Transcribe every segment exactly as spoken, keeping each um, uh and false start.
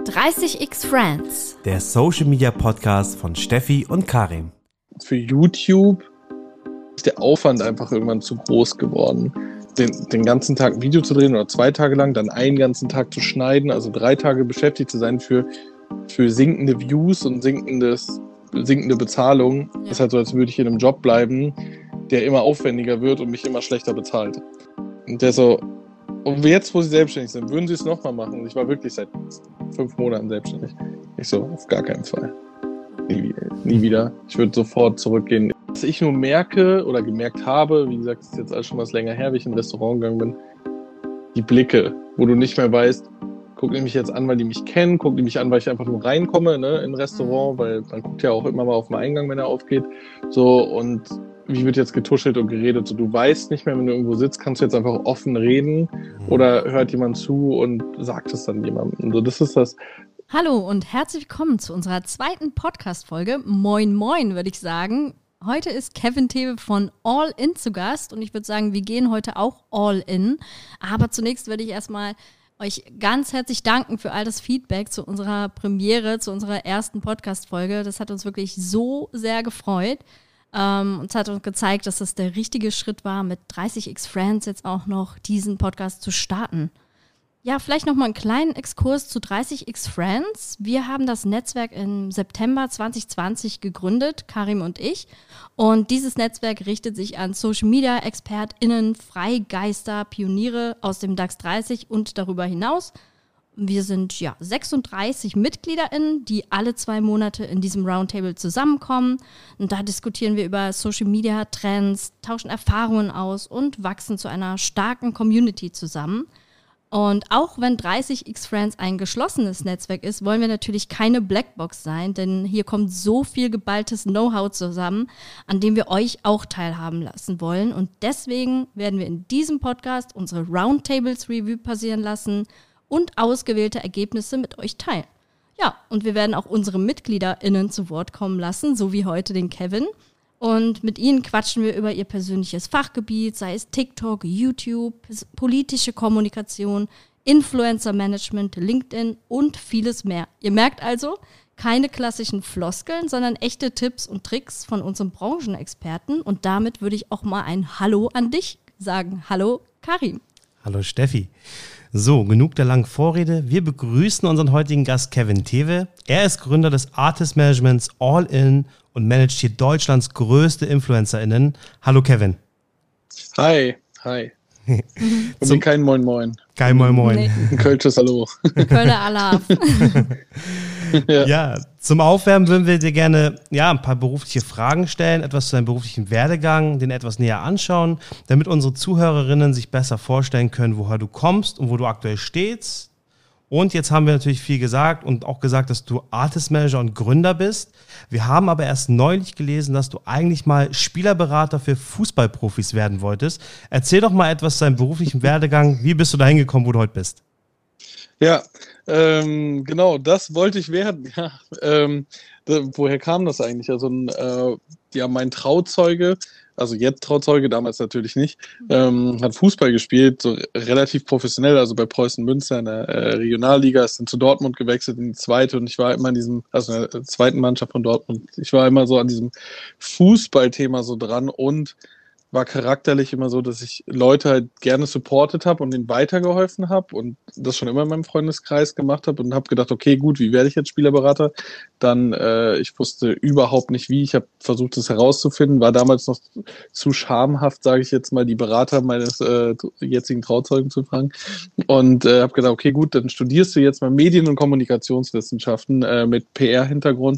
dreißig x Friends, der Social Media Podcast von Steffi und Karim. Für YouTube ist der Aufwand einfach irgendwann zu groß geworden. Den, den ganzen Tag ein Video zu drehen oder zwei Tage lang, dann einen ganzen Tag zu schneiden, also drei Tage beschäftigt zu sein für, für sinkende Views und sinkendes, sinkende Bezahlung. Ja. Ist halt so, als würde ich in einem Job bleiben, der immer aufwendiger wird und mich immer schlechter bezahlt. Und der so, und jetzt, wo sie selbstständig sind, würden sie es nochmal machen? Und ich war wirklich seit fünf Monaten selbstständig. Ich so, auf gar keinen Fall. Nie, nie wieder. Ich würde sofort zurückgehen. Was ich nur merke oder gemerkt habe, wie gesagt, ist jetzt alles schon was länger her, wie ich in ein Restaurant gegangen bin, die Blicke, wo du nicht mehr weißt, gucken die mich jetzt an, weil die mich kennen, gucken die mich an, weil ich einfach nur reinkomme, ne, in ein Restaurant, weil man guckt ja auch immer mal auf den Eingang, wenn er aufgeht, so, und wie wird jetzt getuschelt und geredet, so, du weißt nicht mehr, wenn du irgendwo sitzt, kannst du jetzt einfach offen reden oder hört jemand zu und sagt es dann jemandem, so, das ist das. Hallo und herzlich willkommen zu unserer zweiten Podcast-Folge. Moin Moin, würde ich sagen. Heute ist Kevin Thewe von All In zu Gast und ich würde sagen, wir gehen heute auch All In. Aber zunächst würde ich erstmal euch ganz herzlich danken für all das Feedback zu unserer Premiere, zu unserer ersten Podcast-Folge. Das hat uns wirklich so sehr gefreut. Ähm, uns hat uns gezeigt, dass das der richtige Schritt war, mit dreißig x Friends jetzt auch noch diesen Podcast zu starten. Ja, vielleicht nochmal einen kleinen Exkurs zu dreißig x Friends. Wir haben das Netzwerk im September zwanzig zwanzig gegründet, Karim und ich. Und dieses Netzwerk richtet sich an Social-Media-ExpertInnen, Freigeister, Pioniere aus dem DAX dreißig und darüber hinaus. Wir sind ja sechsunddreißig MitgliederInnen, die alle zwei Monate in diesem Roundtable zusammenkommen. Und da diskutieren wir über Social-Media-Trends, tauschen Erfahrungen aus und wachsen zu einer starken Community zusammen. Und auch wenn dreißig x Friends ein geschlossenes Netzwerk ist, wollen wir natürlich keine Blackbox sein, denn hier kommt so viel geballtes Know-how zusammen, an dem wir euch auch teilhaben lassen wollen. Und deswegen werden wir in diesem Podcast unsere Roundtables Review passieren lassen und ausgewählte Ergebnisse mit euch teilen. Ja, und wir werden auch unsere MitgliederInnen zu Wort kommen lassen, so wie heute den Kevin. Und mit ihnen quatschen wir über ihr persönliches Fachgebiet, sei es TikTok, YouTube, politische Kommunikation, Influencer-Management, LinkedIn und vieles mehr. Ihr merkt also, keine klassischen Floskeln, sondern echte Tipps und Tricks von unseren Branchenexperten. Und damit würde ich auch mal ein Hallo an dich sagen. Hallo, Karim. Hallo, Steffi. So, genug der langen Vorrede. Wir begrüßen unseren heutigen Gast Kevin Thewe. Er ist Gründer des Artist Managements All In und managt hier Deutschlands größte InfluencerInnen. Hallo Kevin. Hi, hi. Ich bin kein Moin Moin. Kein Moin Moin. Nee. Ein Kölsches Hallo. Kölner Alarv. ja. ja, zum Aufwärmen würden wir dir gerne ja, ein paar berufliche Fragen stellen, etwas zu deinem beruflichen Werdegang, den etwas näher anschauen, damit unsere Zuhörerinnen sich besser vorstellen können, woher du kommst und wo du aktuell stehst. Und jetzt haben wir natürlich viel gesagt und auch gesagt, dass du Artist Manager und Gründer bist. Wir haben aber erst neulich gelesen, dass du eigentlich mal Spielerberater für Fußballprofis werden wolltest. Erzähl doch mal etwas zu deinem beruflichen Werdegang. Wie bist du da hingekommen, wo du heute bist? Ja, ähm, genau, das wollte ich werden. Ja, ähm, da, woher kam das eigentlich? Also, äh, ja, mein Trauzeuge, also jetzt Trauzeuge, damals natürlich nicht, ähm, hat Fußball gespielt, so relativ professionell, also bei Preußen Münster in der äh, Regionalliga, ist dann zu Dortmund gewechselt in die zweite und ich war immer in diesem, also in der zweiten Mannschaft von Dortmund, ich war immer so an diesem Fußballthema so dran und war charakterlich immer so, dass ich Leute halt gerne supportet habe und ihnen weitergeholfen habe und das schon immer in meinem Freundeskreis gemacht habe und habe gedacht, okay, gut, wie werde ich jetzt Spielerberater? Dann, äh, ich wusste überhaupt nicht wie. Ich habe versucht, das herauszufinden, war damals noch zu schamhaft, sage ich jetzt mal, die Berater meines äh, jetzigen Trauzeugen zu fragen und äh, habe gedacht, okay, gut, dann studierst du jetzt mal Medien- und Kommunikationswissenschaften äh, mit P R-Hintergrund.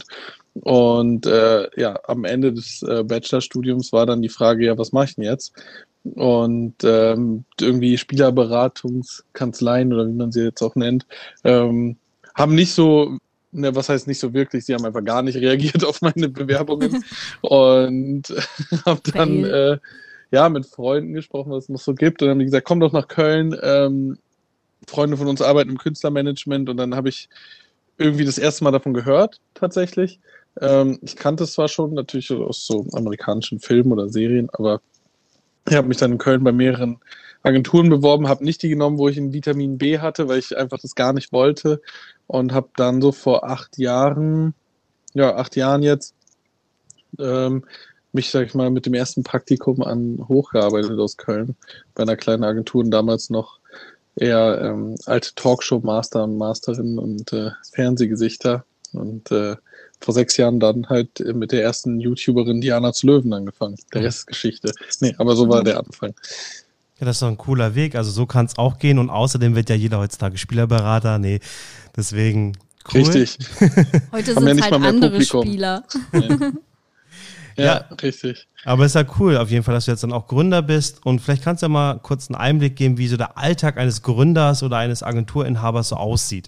Und äh, ja, am Ende des äh, Bachelorstudiums war dann die Frage, ja, was mache ich denn jetzt? Und ähm, irgendwie Spielerberatungskanzleien oder wie man sie jetzt auch nennt, ähm, haben nicht so, ne, was heißt nicht so wirklich, sie haben einfach gar nicht reagiert auf meine Bewerbungen und habe dann äh, ja mit Freunden gesprochen, was es noch so gibt und dann haben die gesagt, komm doch nach Köln, ähm, Freunde von uns arbeiten im Künstlermanagement und dann habe ich irgendwie das erste Mal davon gehört, tatsächlich. Ähm, ich kannte es zwar schon, natürlich aus so amerikanischen Filmen oder Serien, aber ich habe mich dann in Köln bei mehreren Agenturen beworben, habe nicht die genommen, wo ich ein Vitamin B hatte, weil ich einfach das gar nicht wollte und habe dann so vor acht Jahren, ja, acht Jahren jetzt, ähm, mich, sag ich mal, mit dem ersten Praktikum an hochgearbeitet aus Köln, bei einer kleinen Agentur und damals noch eher ähm, alte Talkshow-Master und Masterinnen und äh, Fernsehgesichter und äh, vor sechs Jahren dann halt mit der ersten YouTuberin Diana zu Löwen angefangen. Der Rest ist Geschichte. Nee, aber so war der Anfang. Ja, das ist doch ein cooler Weg. Also so kann es auch gehen und außerdem wird ja jeder heutzutage Spielerberater. Nee, deswegen cool. Richtig. Heute sind es ja halt andere Publikum. Spieler. Ja. Ja, ja, richtig. Aber es ist ja cool auf jeden Fall, dass du jetzt dann auch Gründer bist und vielleicht kannst du ja mal kurz einen Einblick geben, wie so der Alltag eines Gründers oder eines Agenturinhabers so aussieht.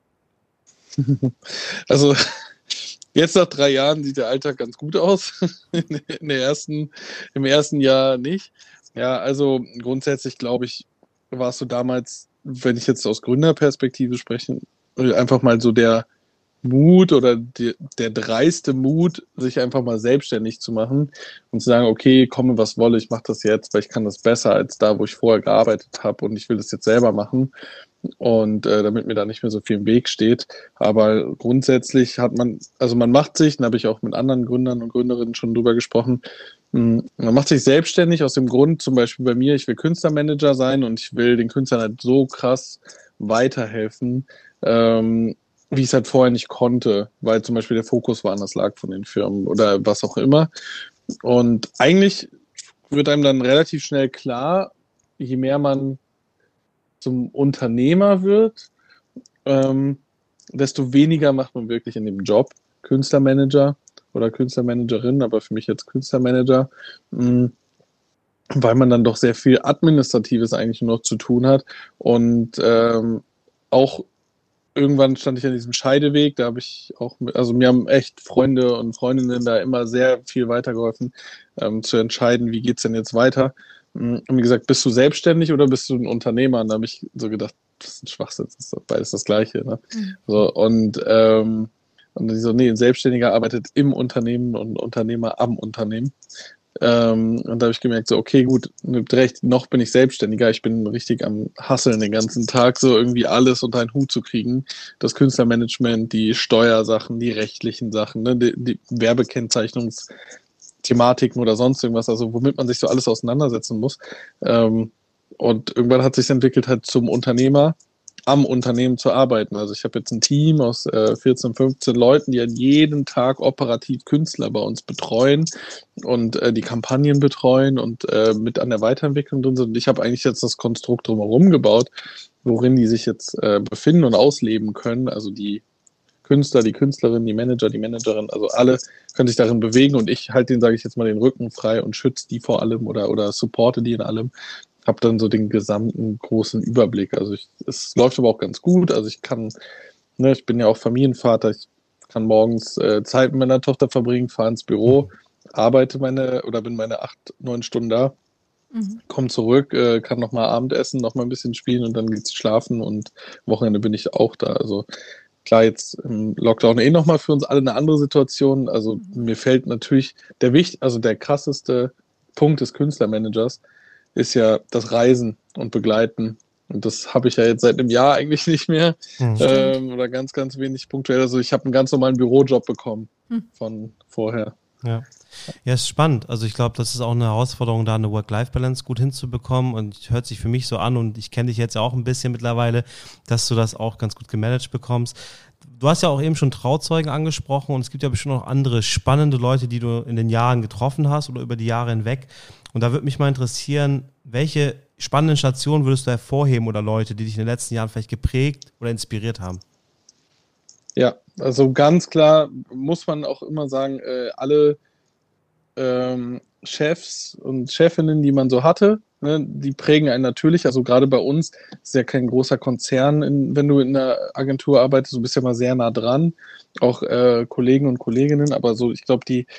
Also jetzt nach drei Jahren sieht der Alltag ganz gut aus. In der ersten, im ersten Jahr nicht. Ja, also grundsätzlich glaube ich, warst du damals, wenn ich jetzt aus Gründerperspektive spreche, einfach mal so der Mut oder die, der dreiste Mut, sich einfach mal selbstständig zu machen und zu sagen, okay, komme was wolle, ich mache das jetzt, weil ich kann das besser als da, wo ich vorher gearbeitet habe und ich will das jetzt selber machen und äh, damit mir da nicht mehr so viel im Weg steht. Aber grundsätzlich hat man, also man macht sich, da habe ich auch mit anderen Gründern und Gründerinnen schon drüber gesprochen, mh, man macht sich selbstständig aus dem Grund, zum Beispiel bei mir, ich will Künstlermanager sein und ich will den Künstlern halt so krass weiterhelfen, ähm, wie ich es halt vorher nicht konnte, weil zum Beispiel der Fokus woanders lag von den Firmen oder was auch immer. Und eigentlich wird einem dann relativ schnell klar, je mehr man zum Unternehmer wird, ähm, desto weniger macht man wirklich in dem Job Künstlermanager oder Künstlermanagerin, aber für mich jetzt Künstlermanager, mh, weil man dann doch sehr viel Administratives eigentlich nur noch zu tun hat und ähm, auch irgendwann stand ich an diesem Scheideweg, da habe ich auch, also mir haben echt Freunde und Freundinnen da immer sehr viel weitergeholfen, ähm, zu entscheiden, wie geht's denn jetzt weiter. Und mir gesagt, bist du selbstständig oder bist du ein Unternehmer? Und da habe ich so gedacht, das ist ein Schwachsinn, das ist beides das Gleiche. Ne? Mhm. So, und, ähm, und dann so, nee, ein Selbstständiger arbeitet im Unternehmen und ein Unternehmer am Unternehmen. Ähm, und da habe ich gemerkt, so, okay, gut, mit Recht, noch bin ich Selbstständiger, ich bin richtig am Hasseln den ganzen Tag, so irgendwie alles unter einen Hut zu kriegen. Das Künstlermanagement, die Steuersachen, die rechtlichen Sachen, ne, die, die Werbekennzeichnungsthematiken oder sonst irgendwas, also womit man sich so alles auseinandersetzen muss. Ähm, und irgendwann hat sich entwickelt halt zum Unternehmer, am Unternehmen zu arbeiten. Also ich habe jetzt ein Team aus äh, vierzehn, fünfzehn Leuten, die an jeden Tag operativ Künstler bei uns betreuen und äh, die Kampagnen betreuen und äh, mit an der Weiterentwicklung drin sind. Und ich habe eigentlich jetzt das Konstrukt drumherum gebaut, worin die sich jetzt äh, befinden und ausleben können. Also die Künstler, die Künstlerin, die Manager, die Managerin, also alle können sich darin bewegen und ich halte denen, sage ich jetzt mal, den Rücken frei und schütze die vor allem oder, oder supporte die in allem. Habe dann so den gesamten großen Überblick. Also ich, es läuft aber auch ganz gut. Also ich kann, ne, ich bin ja auch Familienvater, ich kann morgens äh, Zeit mit meiner Tochter verbringen, fahre ins Büro, arbeite meine oder bin meine acht, neun Stunden da, mhm. komme zurück, äh, kann nochmal Abendessen, nochmal ein bisschen spielen und dann geht's schlafen und Wochenende bin ich auch da. Also klar, jetzt im Lockdown eh nochmal für uns alle eine andere Situation. Also mir fällt natürlich der wichtig, also der krasseste Punkt des Künstlermanagers ist ja das Reisen und Begleiten. Und das habe ich ja jetzt seit einem Jahr eigentlich nicht mehr. Mhm. Ähm, oder ganz, ganz wenig punktuell. Also ich habe einen ganz normalen Bürojob bekommen mhm. von vorher. Ja. Ja, ist spannend. Also ich glaube, das ist auch eine Herausforderung, da eine Work-Life-Balance gut hinzubekommen und hört sich für mich so an und ich kenne dich jetzt ja auch ein bisschen mittlerweile, dass du das auch ganz gut gemanagt bekommst. Du hast ja auch eben schon Trauzeugen angesprochen und es gibt ja bestimmt noch andere spannende Leute, die du in den Jahren getroffen hast oder über die Jahre hinweg. Und da würde mich mal interessieren, welche spannenden Stationen würdest du hervorheben oder Leute, die dich in den letzten Jahren vielleicht geprägt oder inspiriert haben? Ja, also ganz klar muss man auch immer sagen, äh, alle ähm, Chefs und Chefinnen, die man so hatte, ne, die prägen einen natürlich. Also gerade bei uns ist ja kein großer Konzern, in, wenn du in einer Agentur arbeitest, du bist ja mal sehr nah dran, auch äh, Kollegen und Kolleginnen, aber so, ich glaube, die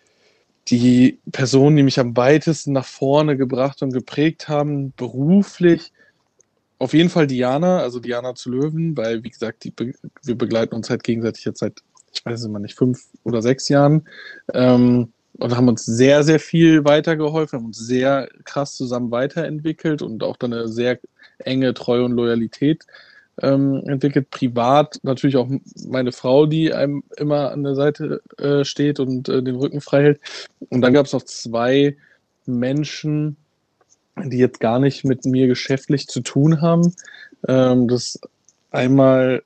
die Personen, die mich am weitesten nach vorne gebracht und geprägt haben, beruflich, auf jeden Fall Diana, also Diana zu Löwen, weil, wie gesagt, die, wir begleiten uns halt gegenseitig jetzt seit, ich weiß es immer nicht, fünf oder sechs Jahren ähm, und haben uns sehr, sehr viel weitergeholfen, haben uns sehr krass zusammen weiterentwickelt und auch dann eine sehr enge Treue und Loyalität ähm, entwickelt, privat natürlich auch meine Frau, die einem immer an der Seite äh, steht und äh, den Rücken frei hält. Und dann gab es noch zwei Menschen, die jetzt gar nicht mit mir geschäftlich zu tun haben. Ähm, das ist einmal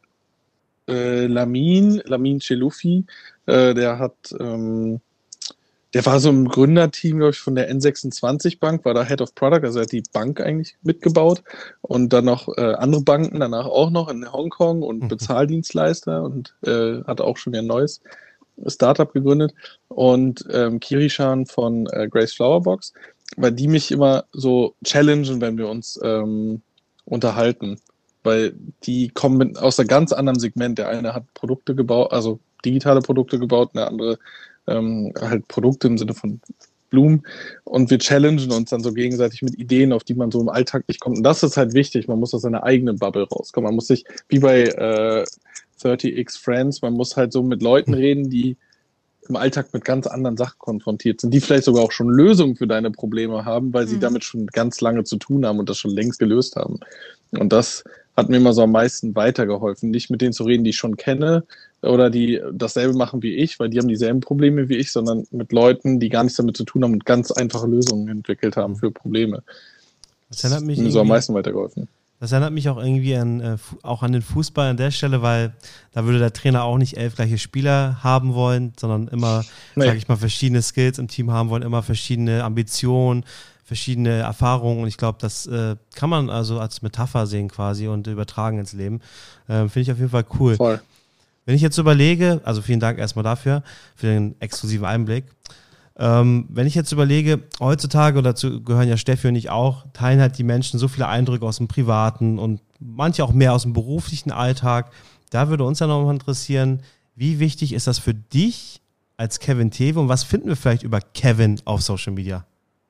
äh, Lamin, Lamin Chelufi, äh, der hat, ähm, der war so im Gründerteam, glaube ich, von der N sechsundzwanzig Bank, war da Head of Product, also er hat die Bank eigentlich mitgebaut und dann noch äh, andere Banken danach auch noch in Hongkong und Bezahldienstleister und äh, hat auch schon wieder ein neues Startup gegründet und ähm, Kirishan von äh, Grace Flower Box, weil die mich immer so challengen, wenn wir uns ähm, unterhalten, weil die kommen mit, aus einem ganz anderen Segment. Der eine hat Produkte gebaut, also digitale Produkte gebaut, der andere ähm, halt Produkte im Sinne von Blumen und wir challengen uns dann so gegenseitig mit Ideen, auf die man so im Alltag nicht kommt. Und das ist halt wichtig, man muss aus seiner eigenen Bubble rauskommen. Man muss sich, wie bei äh, thirty x Friends, man muss halt so mit Leuten reden, die im Alltag mit ganz anderen Sachen konfrontiert sind, die vielleicht sogar auch schon Lösungen für deine Probleme haben, weil sie mhm. damit schon ganz lange zu tun haben und das schon längst gelöst haben. Und das hat mir immer so am meisten weitergeholfen, nicht mit denen zu reden, die ich schon kenne oder die dasselbe machen wie ich, weil die haben dieselben Probleme wie ich, sondern mit Leuten, die gar nichts damit zu tun haben und ganz einfache Lösungen entwickelt haben für Probleme. Das hat mich mir so am meisten weitergeholfen. Das erinnert mich auch irgendwie an, äh, auch an den Fußball an der Stelle, weil da würde der Trainer auch nicht elf gleiche Spieler haben wollen, sondern immer, nee. sage ich mal, verschiedene Skills im Team haben wollen, immer verschiedene Ambitionen, verschiedene Erfahrungen und ich glaube, das äh, kann man also als Metapher sehen quasi und übertragen ins Leben. Äh, Finde ich auf jeden Fall cool. Voll. Wenn ich jetzt überlege, also vielen Dank erstmal dafür, für den exklusiven Einblick. Ähm, wenn ich jetzt überlege, heutzutage, oder dazu gehören ja Steffi und ich auch, teilen halt die Menschen so viele Eindrücke aus dem Privaten und manche auch mehr aus dem beruflichen Alltag. Da würde uns ja noch mal interessieren, wie wichtig ist das für dich als Kevin Thewe und was finden wir vielleicht über Kevin auf Social Media?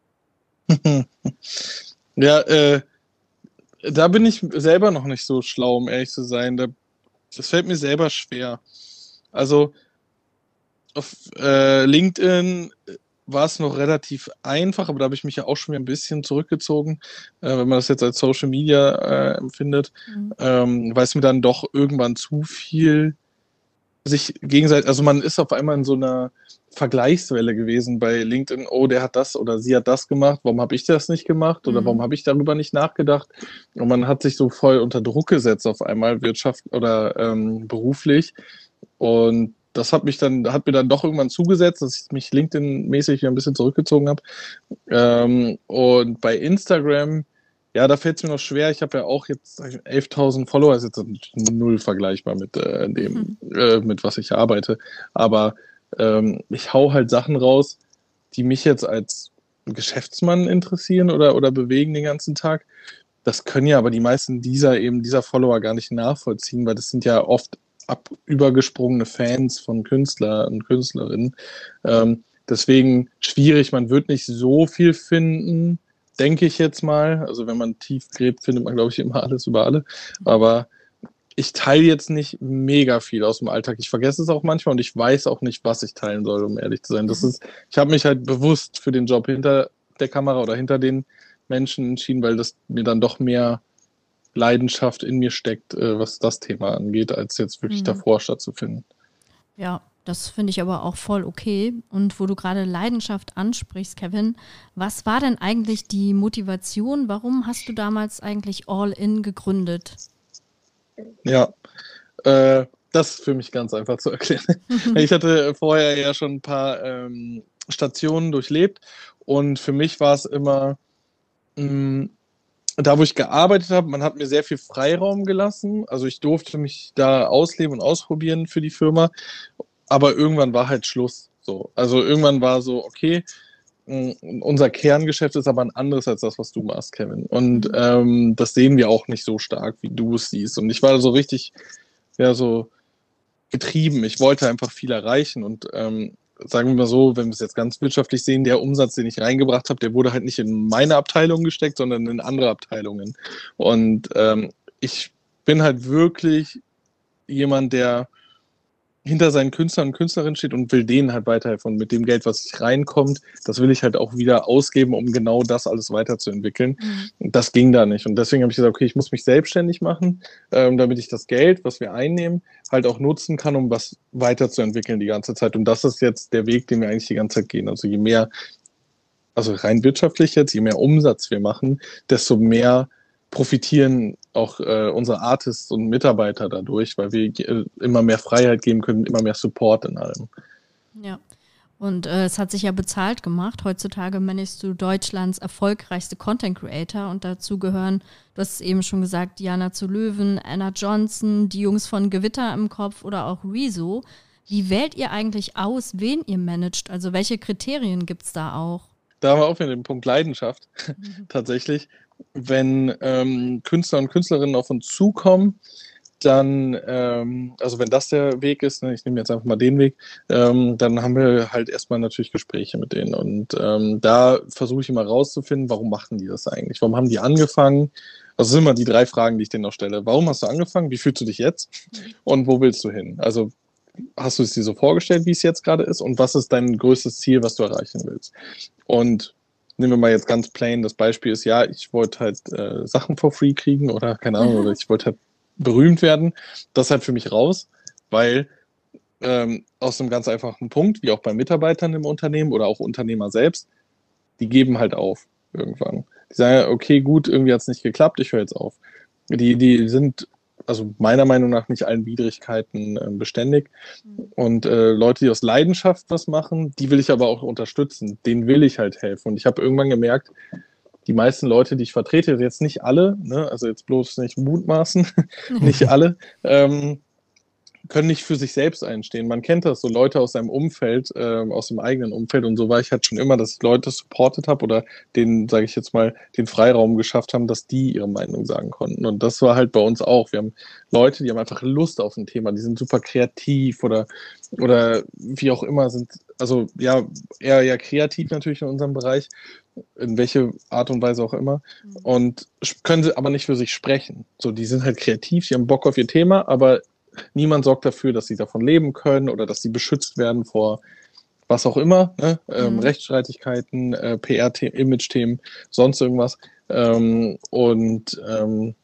Ja, äh, da bin ich selber noch nicht so schlau, um ehrlich zu sein. Da, das fällt mir selber schwer. Also auf äh, LinkedIn war es noch relativ einfach, aber da habe ich mich ja auch schon wieder ein bisschen zurückgezogen, äh, wenn man das jetzt als Social Media äh, empfindet, mhm. ähm, weil es mir dann doch irgendwann zu viel sich gegenseitig, also man ist auf einmal in so einer Vergleichswelle gewesen bei LinkedIn, oh, der hat das oder sie hat das gemacht, warum habe ich das nicht gemacht oder mhm. warum habe ich darüber nicht nachgedacht? Und man hat sich so voll unter Druck gesetzt auf einmal, Wirtschaft oder ähm, beruflich. Und das hat mich dann, hat mir dann doch irgendwann zugesetzt, dass ich mich LinkedIn-mäßig wieder ein bisschen zurückgezogen habe. Ähm, und bei Instagram, ja, da fällt es mir noch schwer. Ich habe ja auch jetzt elftausend Follower, ist jetzt null vergleichbar mit äh, dem, mhm. äh, mit was ich arbeite. Aber ähm, ich hau halt Sachen raus, die mich jetzt als Geschäftsmann interessieren oder, oder bewegen den ganzen Tag. Das können ja aber die meisten dieser eben dieser Follower gar nicht nachvollziehen, weil das sind ja oft ab übergesprungene Fans von Künstler und Künstlerinnen. Ähm, deswegen schwierig, man wird nicht so viel finden, denke ich jetzt mal. Also wenn man tief gräbt, findet man, glaube ich, immer alles über alle. Aber ich teile jetzt nicht mega viel aus dem Alltag. Ich vergesse es auch manchmal und ich weiß auch nicht, was ich teilen soll, um ehrlich zu sein. Das ist, ich habe mich halt bewusst für den Job hinter der Kamera oder hinter den Menschen entschieden, weil das mir dann doch mehr Leidenschaft in mir steckt, äh, was das Thema angeht, als jetzt wirklich mhm. davor stattzufinden. Ja, das finde ich aber auch voll okay. Und wo du gerade Leidenschaft ansprichst, Kevin, was war denn eigentlich die Motivation? Warum hast du damals eigentlich All In gegründet? Ja, äh, das ist für mich ganz einfach zu erklären. Ich hatte vorher ja schon ein paar ähm, Stationen durchlebt und für mich war es immer mh, da, wo ich gearbeitet habe, man hat mir sehr viel Freiraum gelassen. Also ich durfte mich da ausleben und ausprobieren für die Firma. Aber irgendwann war halt Schluss. So. Also irgendwann war so, okay, mh, unser Kerngeschäft ist aber ein anderes als das, was du machst, Kevin. Und ähm, das sehen wir auch nicht so stark, wie du es siehst. Und ich war so richtig, ja, so getrieben. Ich wollte einfach viel erreichen und ähm, sagen wir mal so, wenn wir es jetzt ganz wirtschaftlich sehen, der Umsatz, den ich reingebracht habe, der wurde halt nicht in meine Abteilung gesteckt, sondern in andere Abteilungen. Und ähm, ich bin halt wirklich jemand, der hinter seinen Künstlern und Künstlerinnen steht und will denen halt weiterhelfen. Und mit dem Geld, was reinkommt, das will ich halt auch wieder ausgeben, um genau das alles weiterzuentwickeln. Mhm. Und das ging da nicht. Und deswegen habe ich gesagt, okay, ich muss mich selbstständig machen, ähm, damit ich das Geld, was wir einnehmen, halt auch nutzen kann, um was weiterzuentwickeln die ganze Zeit. Und das ist jetzt der Weg, den wir eigentlich die ganze Zeit gehen. Also je mehr, also rein wirtschaftlich jetzt, je mehr Umsatz wir machen, desto mehr profitieren auch äh, unsere Artists und Mitarbeiter dadurch, weil wir äh, immer mehr Freiheit geben können, immer mehr Support in allem. Ja, und äh, es hat sich ja bezahlt gemacht. Heutzutage managst du Deutschlands erfolgreichste Content Creator und dazu gehören, du hast es eben schon gesagt, Diana zu Löwen, Anna Johnson, die Jungs von Gewitter im Kopf oder auch Rezo. Wie wählt ihr eigentlich aus, wen ihr managt? Also welche Kriterien gibt es da auch? Da haben wir auch wieder den Punkt Leidenschaft, mhm. tatsächlich. Wenn ähm, Künstler und Künstlerinnen auf uns zukommen, dann, ähm, also wenn das der Weg ist, ne, ich nehme jetzt einfach mal den Weg, ähm, dann haben wir halt erstmal natürlich Gespräche mit denen. Und ähm, da versuche ich immer rauszufinden, warum machen die das eigentlich? Warum haben die angefangen? Also das sind immer die drei Fragen, die ich denen noch stelle. Warum hast du angefangen? Wie fühlst du dich jetzt? Und wo willst du hin? Also hast du es dir so vorgestellt, wie es jetzt gerade ist? Und was ist dein größtes Ziel, was du erreichen willst? Und nehmen wir mal jetzt ganz plain, das Beispiel ist, ja, ich wollte halt äh, Sachen for free kriegen oder keine Ahnung, oder ich wollte halt berühmt werden. Das ist halt für mich raus, weil ähm, aus einem ganz einfachen Punkt, wie auch bei Mitarbeitern im Unternehmen oder auch Unternehmer selbst, die geben halt auf irgendwann. Die sagen, okay, gut, irgendwie hat es nicht geklappt, ich höre jetzt auf. Die, die sind also meiner Meinung nach nicht allen Widrigkeiten äh, beständig. Und äh, Leute, die aus Leidenschaft was machen, die will ich aber auch unterstützen. Denen will ich halt helfen. Und ich habe irgendwann gemerkt, die meisten Leute, die ich vertrete, jetzt nicht alle, ne, also jetzt bloß nicht mutmaßen, nicht alle, ähm, können nicht für sich selbst einstehen. Man kennt das, so Leute aus seinem Umfeld, äh, aus dem eigenen Umfeld, und so war ich halt schon immer, dass ich Leute supportet habe oder denen, sage ich jetzt mal, den Freiraum geschafft haben, dass die ihre Meinung sagen konnten. Und das war halt bei uns auch. Wir haben Leute, die haben einfach Lust auf ein Thema, die sind super kreativ oder, oder wie auch immer sind, also ja, eher, eher kreativ natürlich in unserem Bereich, in welche Art und Weise auch immer, und können sie aber nicht für sich sprechen. So, die sind halt kreativ, die haben Bock auf ihr Thema, aber niemand sorgt dafür, dass sie davon leben können oder dass sie beschützt werden vor was auch immer, ne? ähm, mhm. Rechtsstreitigkeiten, äh, P R-Themen, Image-Themen, sonst irgendwas. Ähm, und ähm,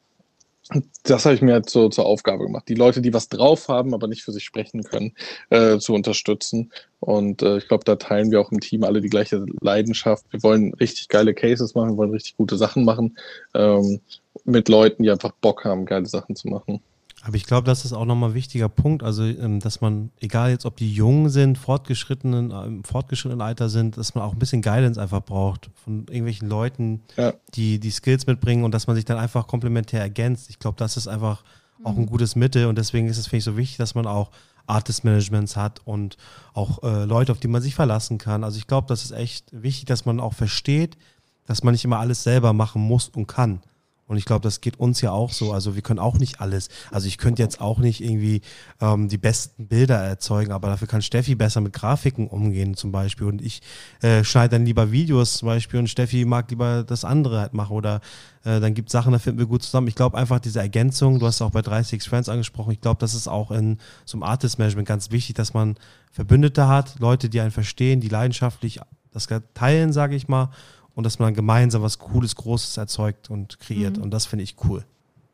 das habe ich mir halt so zur Aufgabe gemacht, die Leute, die was drauf haben, aber nicht für sich sprechen können, äh, zu unterstützen. Und äh, ich glaube, da teilen wir auch im Team alle die gleiche Leidenschaft. Wir wollen richtig geile Cases machen, wir wollen richtig gute Sachen machen, ähm, mit Leuten, die einfach Bock haben, geile Sachen zu machen. Aber ich glaube, das ist auch nochmal ein wichtiger Punkt, also dass man, egal jetzt ob die jung sind, fortgeschrittenen, im fortgeschrittenen Alter sind, dass man auch ein bisschen Guidance einfach braucht von irgendwelchen Leuten, ja. die die Skills mitbringen und dass man sich dann einfach komplementär ergänzt. Ich glaube, das ist einfach mhm. auch ein gutes Mittel und deswegen ist es, finde ich, so wichtig, dass man auch Artist-Managements hat und auch äh, Leute, auf die man sich verlassen kann. Also ich glaube, das ist echt wichtig, dass man auch versteht, dass man nicht immer alles selber machen muss und kann. Und ich glaube, das geht uns ja auch so. Also wir können auch nicht alles. Also ich könnte jetzt auch nicht irgendwie ähm, die besten Bilder erzeugen, aber dafür kann Steffi besser mit Grafiken umgehen zum Beispiel. Und ich äh, schneide dann lieber Videos zum Beispiel und Steffi mag lieber das andere halt machen. Oder äh, dann gibt es Sachen, da finden wir gut zusammen. Ich glaube einfach diese Ergänzung, du hast es auch bei dreißig Friends angesprochen, ich glaube, das ist auch in so einem Artist-Management ganz wichtig, dass man Verbündete hat, Leute, die einen verstehen, die leidenschaftlich das teilen, sage ich mal. Und dass man dann gemeinsam was Cooles, Großes erzeugt und kreiert. Mhm. Und das finde ich cool.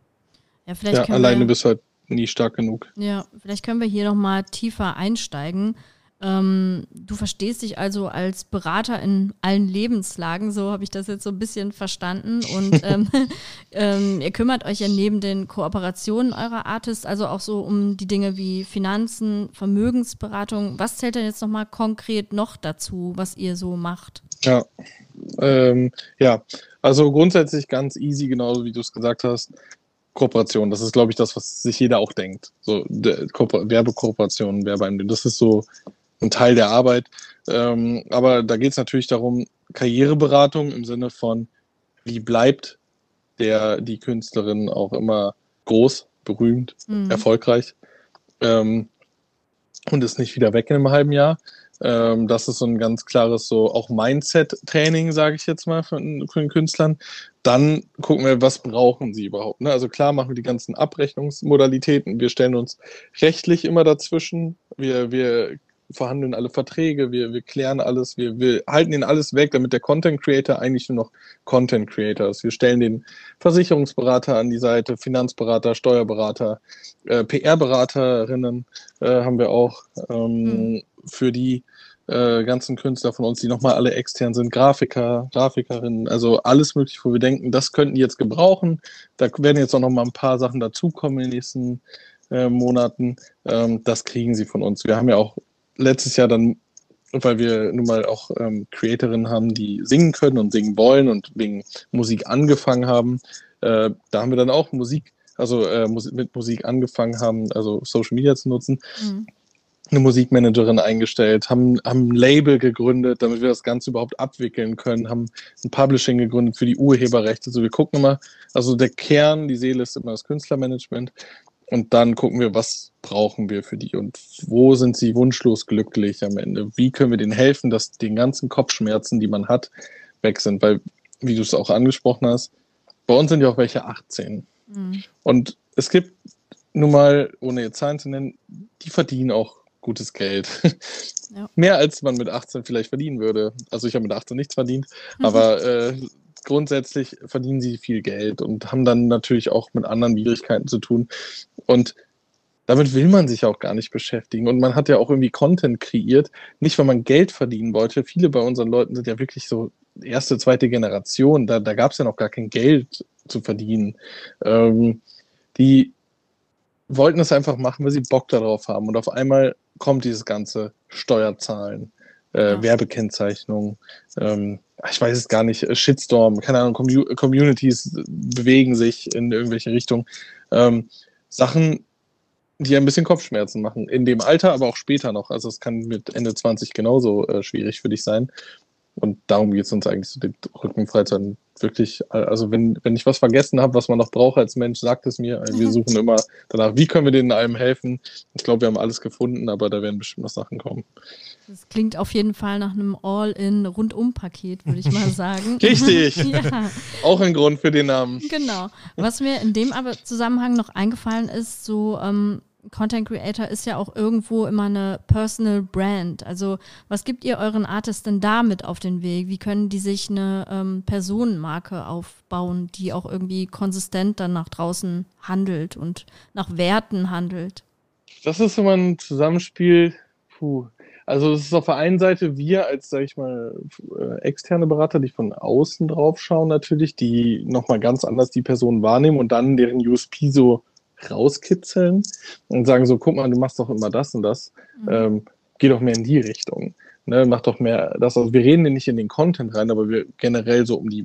Ja, vielleicht ja alleine wir, bist du halt nie stark genug. Ja, vielleicht können wir hier nochmal tiefer einsteigen. Ähm, du verstehst dich also als Berater in allen Lebenslagen, so habe ich das jetzt so ein bisschen verstanden. Und ähm, ähm, ihr kümmert euch ja neben den Kooperationen eurer Artists also auch so um die Dinge wie Finanzen, Vermögensberatung. Was zählt denn jetzt nochmal konkret noch dazu, was ihr so macht? Ja, ähm, ja, also grundsätzlich ganz easy, genauso wie du es gesagt hast. Kooperation, das ist, glaube ich, das, was sich jeder auch denkt. So Ko- Werbekooperationen, Werbeeinbindung, das ist so ein Teil der Arbeit. Ähm, aber da geht es natürlich darum, Karriereberatung im Sinne von, wie bleibt der, die Künstlerin auch immer groß, berühmt, mhm. erfolgreich ähm, und ist nicht wieder weg in einem halben Jahr. Ähm, das ist so ein ganz klares so auch Mindset-Training, sage ich jetzt mal, von, von den Künstlern. Dann gucken wir, was brauchen sie überhaupt. Ne? Also klar machen wir die ganzen Abrechnungsmodalitäten. Wir stellen uns rechtlich immer dazwischen. Wir, wir verhandeln alle Verträge, wir, wir klären alles, wir, wir halten ihnen alles weg, damit der Content Creator eigentlich nur noch Content Creator ist. Wir stellen den Versicherungsberater an die Seite, Finanzberater, Steuerberater, äh, P R-Beraterinnen äh, haben wir auch ähm, mhm. für die äh, ganzen Künstler von uns, die nochmal alle extern sind, Grafiker, Grafikerinnen, also alles mögliche, wo wir denken, das könnten die jetzt gebrauchen. Da werden jetzt auch nochmal ein paar Sachen dazukommen in den nächsten äh, Monaten. Ähm, das kriegen sie von uns. Wir haben ja auch letztes Jahr dann, weil wir nun mal auch ähm, Creatorinnen haben, die singen können und singen wollen und wegen Musik angefangen haben, äh, da haben wir dann auch Musik, also äh, Musik, mit Musik angefangen haben, also Social Media zu nutzen, mhm. eine Musikmanagerin eingestellt, haben, haben ein Label gegründet, damit wir das Ganze überhaupt abwickeln können, haben ein Publishing gegründet für die Urheberrechte. Also wir gucken immer, also der Kern, die Seele ist immer das Künstlermanagement. Und dann gucken wir, was brauchen wir für die und wo sind sie wunschlos glücklich am Ende? Wie können wir denen helfen, dass die ganzen Kopfschmerzen, die man hat, weg sind? Weil, wie du es auch angesprochen hast, bei uns sind ja auch welche achtzehn. Mhm. Und es gibt nun mal, ohne jetzt Zahlen zu nennen, die verdienen auch gutes Geld. Ja. Mehr als man mit achtzehn vielleicht verdienen würde. Also ich habe mit achtzehn nichts verdient, mhm. aber äh, grundsätzlich verdienen sie viel Geld und haben dann natürlich auch mit anderen Widrigkeiten zu tun. Und damit will man sich auch gar nicht beschäftigen. Und man hat ja auch irgendwie Content kreiert, nicht weil man Geld verdienen wollte. Viele bei unseren Leuten sind ja wirklich so erste, zweite Generation. Da, da gab es ja noch gar kein Geld zu verdienen. Ähm, die wollten es einfach machen, weil sie Bock darauf haben. Und auf einmal kommt dieses ganze Steuerzahlen, äh, ja. Werbekennzeichnung, ähm, ich weiß es gar nicht, Shitstorm, keine Ahnung, Commu- Communities bewegen sich in irgendwelche Richtungen. Ähm, Sachen, die ein bisschen Kopfschmerzen machen. In dem Alter, aber auch später noch. Also es kann mit Ende zwanzig genauso äh, schwierig für dich sein. Und darum geht es uns eigentlich, so den Rücken frei zu halten. Wirklich, also wenn, wenn ich was vergessen habe, was man noch braucht als Mensch, sagt es mir. Wir suchen immer danach, wie können wir denen allem helfen. Ich glaube, wir haben alles gefunden, aber da werden bestimmt noch Sachen kommen. Das klingt auf jeden Fall nach einem All-in-Rundum-Paket, würde ich mal sagen. Richtig. Ja. Auch ein Grund für den Namen. Genau. Was mir in dem aber Zusammenhang noch eingefallen ist, so ähm, Content Creator ist ja auch irgendwo immer eine Personal Brand. Also was gibt ihr euren Artists denn da mit auf den Weg? Wie können die sich eine ähm, Personenmarke aufbauen, die auch irgendwie konsistent dann nach draußen handelt und nach Werten handelt? Das ist immer ein Zusammenspiel, puh. Also es ist auf der einen Seite wir als, sag ich mal, externe Berater, die von außen drauf schauen natürlich, die nochmal ganz anders die Person wahrnehmen und dann deren U S P so rauskitzeln und sagen so, guck mal, du machst doch immer das und das, mhm. ähm, geh doch mehr in die Richtung, ne, mach doch mehr das. Also wir reden ja nicht in den Content rein, aber wir generell so um die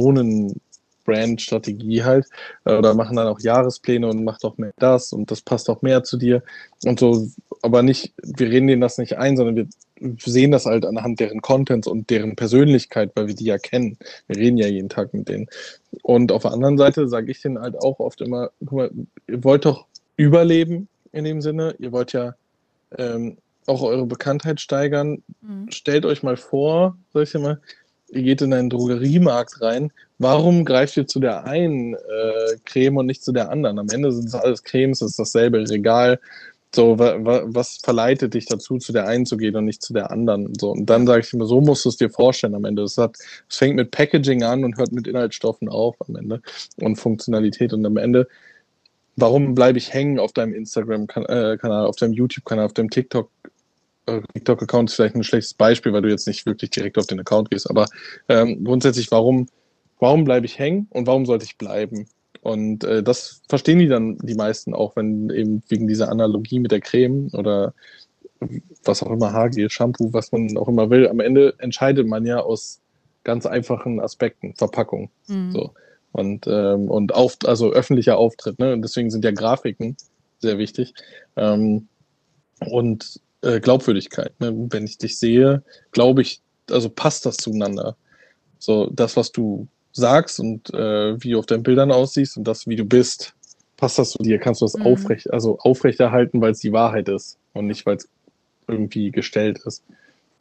Personen-Brand-Strategie halt, äh, oder machen dann auch Jahrespläne und mach doch mehr das und das passt doch mehr zu dir und so, aber nicht, wir reden denen das nicht ein, sondern wir sehen das halt anhand deren Contents und deren Persönlichkeit, weil wir die ja kennen. Wir reden ja jeden Tag mit denen. Und auf der anderen Seite sage ich denen halt auch oft immer, guck mal, ihr wollt doch überleben in dem Sinne, ihr wollt ja ähm, auch eure Bekanntheit steigern. Mhm. Stellt euch mal vor, sag ich mal, ihr geht in einen Drogeriemarkt rein, warum greift ihr zu der einen äh, Creme und nicht zu der anderen? Am Ende sind es alles Cremes, es ist dasselbe Regal. So, wa, wa, was verleitet dich dazu, zu der einen zu gehen und nicht zu der anderen? So, und dann sage ich immer, so musst du es dir vorstellen am Ende. Es hat, es fängt mit Packaging an und hört mit Inhaltsstoffen auf am Ende und Funktionalität. Und am Ende, warum bleibe ich hängen auf deinem Instagram-Kanal, auf deinem YouTube-Kanal, auf deinem TikTok? Äh, TikTok-Account ist vielleicht ein schlechtes Beispiel, weil du jetzt nicht wirklich direkt auf den Account gehst. Aber ähm, grundsätzlich, warum, warum bleibe ich hängen und warum sollte ich bleiben? Und äh, das verstehen die dann die meisten auch, wenn eben wegen dieser Analogie mit der Creme oder was auch immer, Haargel, Shampoo, was man auch immer will. Am Ende entscheidet man ja aus ganz einfachen Aspekten, Verpackung. Mhm. So. Und, ähm, und auf, also öffentlicher Auftritt, ne? Und deswegen sind ja Grafiken sehr wichtig. Ähm, und äh, Glaubwürdigkeit. Ne? Wenn ich dich sehe, glaube ich, also passt das zueinander. So, das, was du sagst und äh, wie du auf deinen Bildern aussiehst und das, wie du bist, passt das zu dir, kannst du das mhm. aufrecht, also aufrechterhalten, weil es die Wahrheit ist und nicht, weil es irgendwie gestellt ist.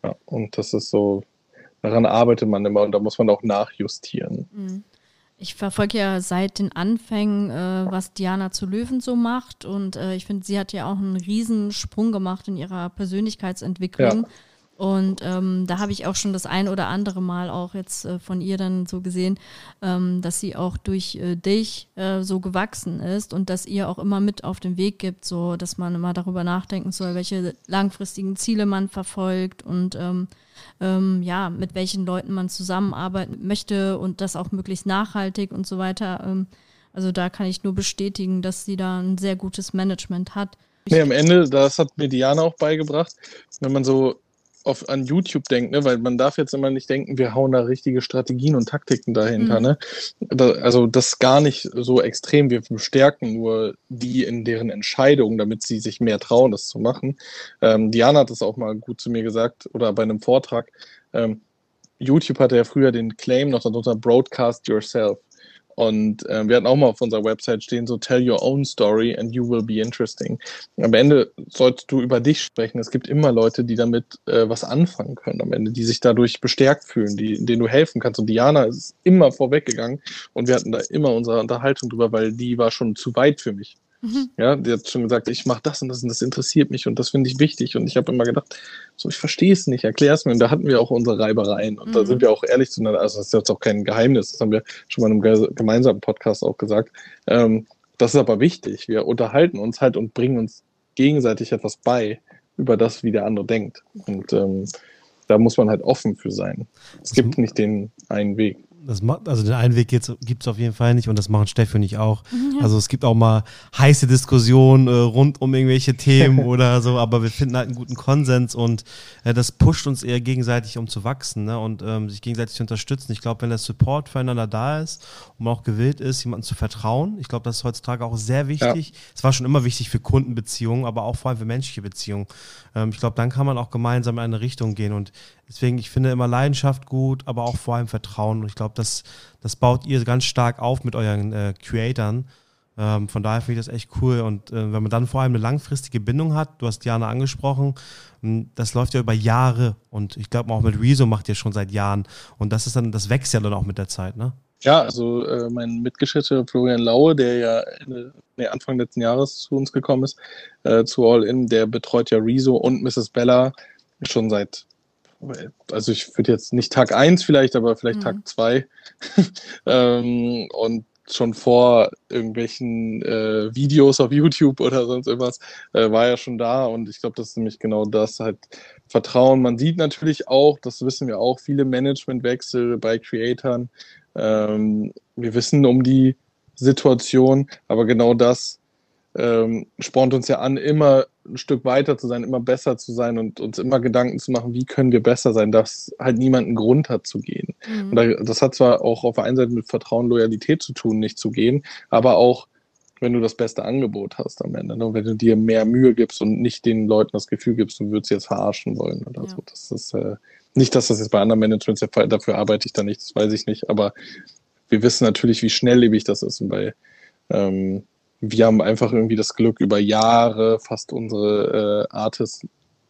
Ja, und das ist so, daran arbeitet man immer und da muss man auch nachjustieren. Mhm. Ich verfolge ja seit den Anfängen, äh, was Diana zu Löwen so macht und äh, ich finde, sie hat ja auch einen riesen Sprung gemacht in ihrer Persönlichkeitsentwicklung. Ja. Und ähm, da habe ich auch schon das ein oder andere Mal auch jetzt äh, von ihr dann so gesehen, ähm, dass sie auch durch äh, dich äh, so gewachsen ist und dass ihr auch immer mit auf den Weg gibt, so dass man immer darüber nachdenken soll, welche langfristigen Ziele man verfolgt und ähm, ähm, ja, mit welchen Leuten man zusammenarbeiten möchte und das auch möglichst nachhaltig und so weiter. Ähm, also da kann ich nur bestätigen, dass sie da ein sehr gutes Management hat. Nee, am Ende, das hat mir Diana auch beigebracht, wenn man so auf, an YouTube denkt, ne, weil man darf jetzt immer nicht denken, wir hauen da richtige Strategien und Taktiken dahinter, Mhm. ne? Da, also das ist gar nicht so extrem. Wir bestärken nur die in deren Entscheidungen, damit sie sich mehr trauen, das zu machen. Ähm, Diana hat das auch mal gut zu mir gesagt oder bei einem Vortrag. Ähm, YouTube hatte ja früher den Claim noch darunter Broadcast Yourself. Und äh, wir hatten auch mal auf unserer Website stehen, so tell your own story and you will be interesting. Am Ende solltest du über dich sprechen. Es gibt immer Leute, die damit äh, was anfangen können am Ende, die sich dadurch bestärkt fühlen, die, denen du helfen kannst. Und Diana ist immer vorweggegangen und wir hatten da immer unsere Unterhaltung drüber, weil die war schon zu weit für mich. Mhm. Ja, die hat schon gesagt, ich mache das und das und das interessiert mich und das finde ich wichtig. Und ich habe immer gedacht, so, ich verstehe es nicht, erklär es mir. Und da hatten wir auch unsere Reibereien. Und Mhm. da sind wir auch ehrlich zueinander. Also das ist jetzt auch kein Geheimnis. Das haben wir schon mal in einem gemeinsamen Podcast auch gesagt. Ähm, das ist aber wichtig. Wir unterhalten uns halt und bringen uns gegenseitig etwas bei über das, wie der andere denkt. Und ähm, da muss man halt offen für sein. Es gibt nicht den einen Weg. Das macht, also den einen Weg gibt es auf jeden Fall nicht und das machen Steffi und ich auch. Ja. Also es gibt auch mal heiße Diskussionen äh, rund um irgendwelche Themen oder so, aber wir finden halt einen guten Konsens und äh, das pusht uns eher gegenseitig, um zu wachsen, ne? Und ähm, sich gegenseitig zu unterstützen. Ich glaube, wenn der Support füreinander da ist und man auch gewillt ist, jemandem zu vertrauen, ich glaube, das ist heutzutage auch sehr wichtig. Es ja. war schon immer wichtig für Kundenbeziehungen, aber auch vor allem für menschliche Beziehungen. Ähm, ich glaube, dann kann man auch gemeinsam in eine Richtung gehen und deswegen, ich finde immer Leidenschaft gut, aber auch vor allem Vertrauen. Und ich glaube, das, das baut ihr ganz stark auf mit euren äh, Creatoren. Ähm, von daher finde ich das echt cool. Und äh, wenn man dann vor allem eine langfristige Bindung hat, du hast Diana angesprochen, das läuft ja über Jahre. Und ich glaube, auch mit Rezo macht ihr schon seit Jahren. Und das ist dann, das wächst ja dann auch mit der Zeit, ne? Ja, also äh, mein Mitgeschäftsführer Florian Laue, der ja Ende, nee, Anfang letzten Jahres zu uns gekommen ist, äh, zu All In, der betreut ja Rezo und Misses Bella schon seit, also ich würde jetzt nicht Tag eins vielleicht, aber vielleicht mhm. Tag zwei. ähm, und schon vor irgendwelchen äh, Videos auf YouTube oder sonst irgendwas äh, war er schon da und ich glaube, das ist nämlich genau das, halt Vertrauen. Man sieht natürlich auch, das wissen wir auch, viele Managementwechsel bei Creatoren. Ähm, wir wissen um die Situation, aber genau das ähm, spornt uns ja an, immer ein Stück weiter zu sein, immer besser zu sein und uns immer Gedanken zu machen, wie können wir besser sein, dass halt niemand einen Grund hat zu gehen. Mhm. Und da, das hat zwar auch auf der einen Seite mit Vertrauen, Loyalität zu tun, nicht zu gehen, aber auch, wenn du das beste Angebot hast am Ende, ne? Wenn du dir mehr Mühe gibst und nicht den Leuten das Gefühl gibst, du würdest sie jetzt verarschen wollen oder ja. so. Das ist äh, nicht, dass das jetzt bei anderen Managements der Fall, dafür arbeite ich da nicht, das weiß ich nicht, aber wir wissen natürlich, wie schnelllebig das ist und bei ähm, wir haben einfach irgendwie das Glück, über Jahre fast unsere äh, Artists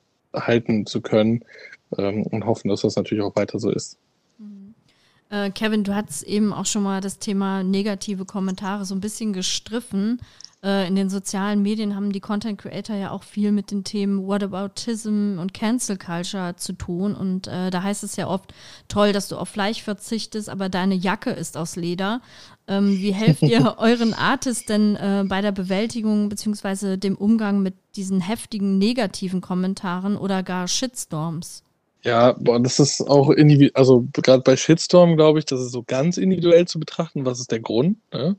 halten zu können ähm, und hoffen, dass das natürlich auch weiter so ist. Mhm. Äh, Kevin, du hattest eben auch schon mal das Thema negative Kommentare so ein bisschen gestriffen. Äh, in den sozialen Medien haben die Content Creator ja auch viel mit den Themen Whataboutism und Cancel Culture zu tun und äh, da heißt es ja oft, toll, dass du auf Fleisch verzichtest, aber deine Jacke ist aus Leder. Ähm, wie helft ihr euren Artists denn äh, bei der Bewältigung bzw. dem Umgang mit diesen heftigen negativen Kommentaren oder gar Shitstorms? Ja, boah, das ist auch individuell, also gerade bei Shitstorm glaube ich, das ist so ganz individuell zu betrachten, was ist der Grund, ne?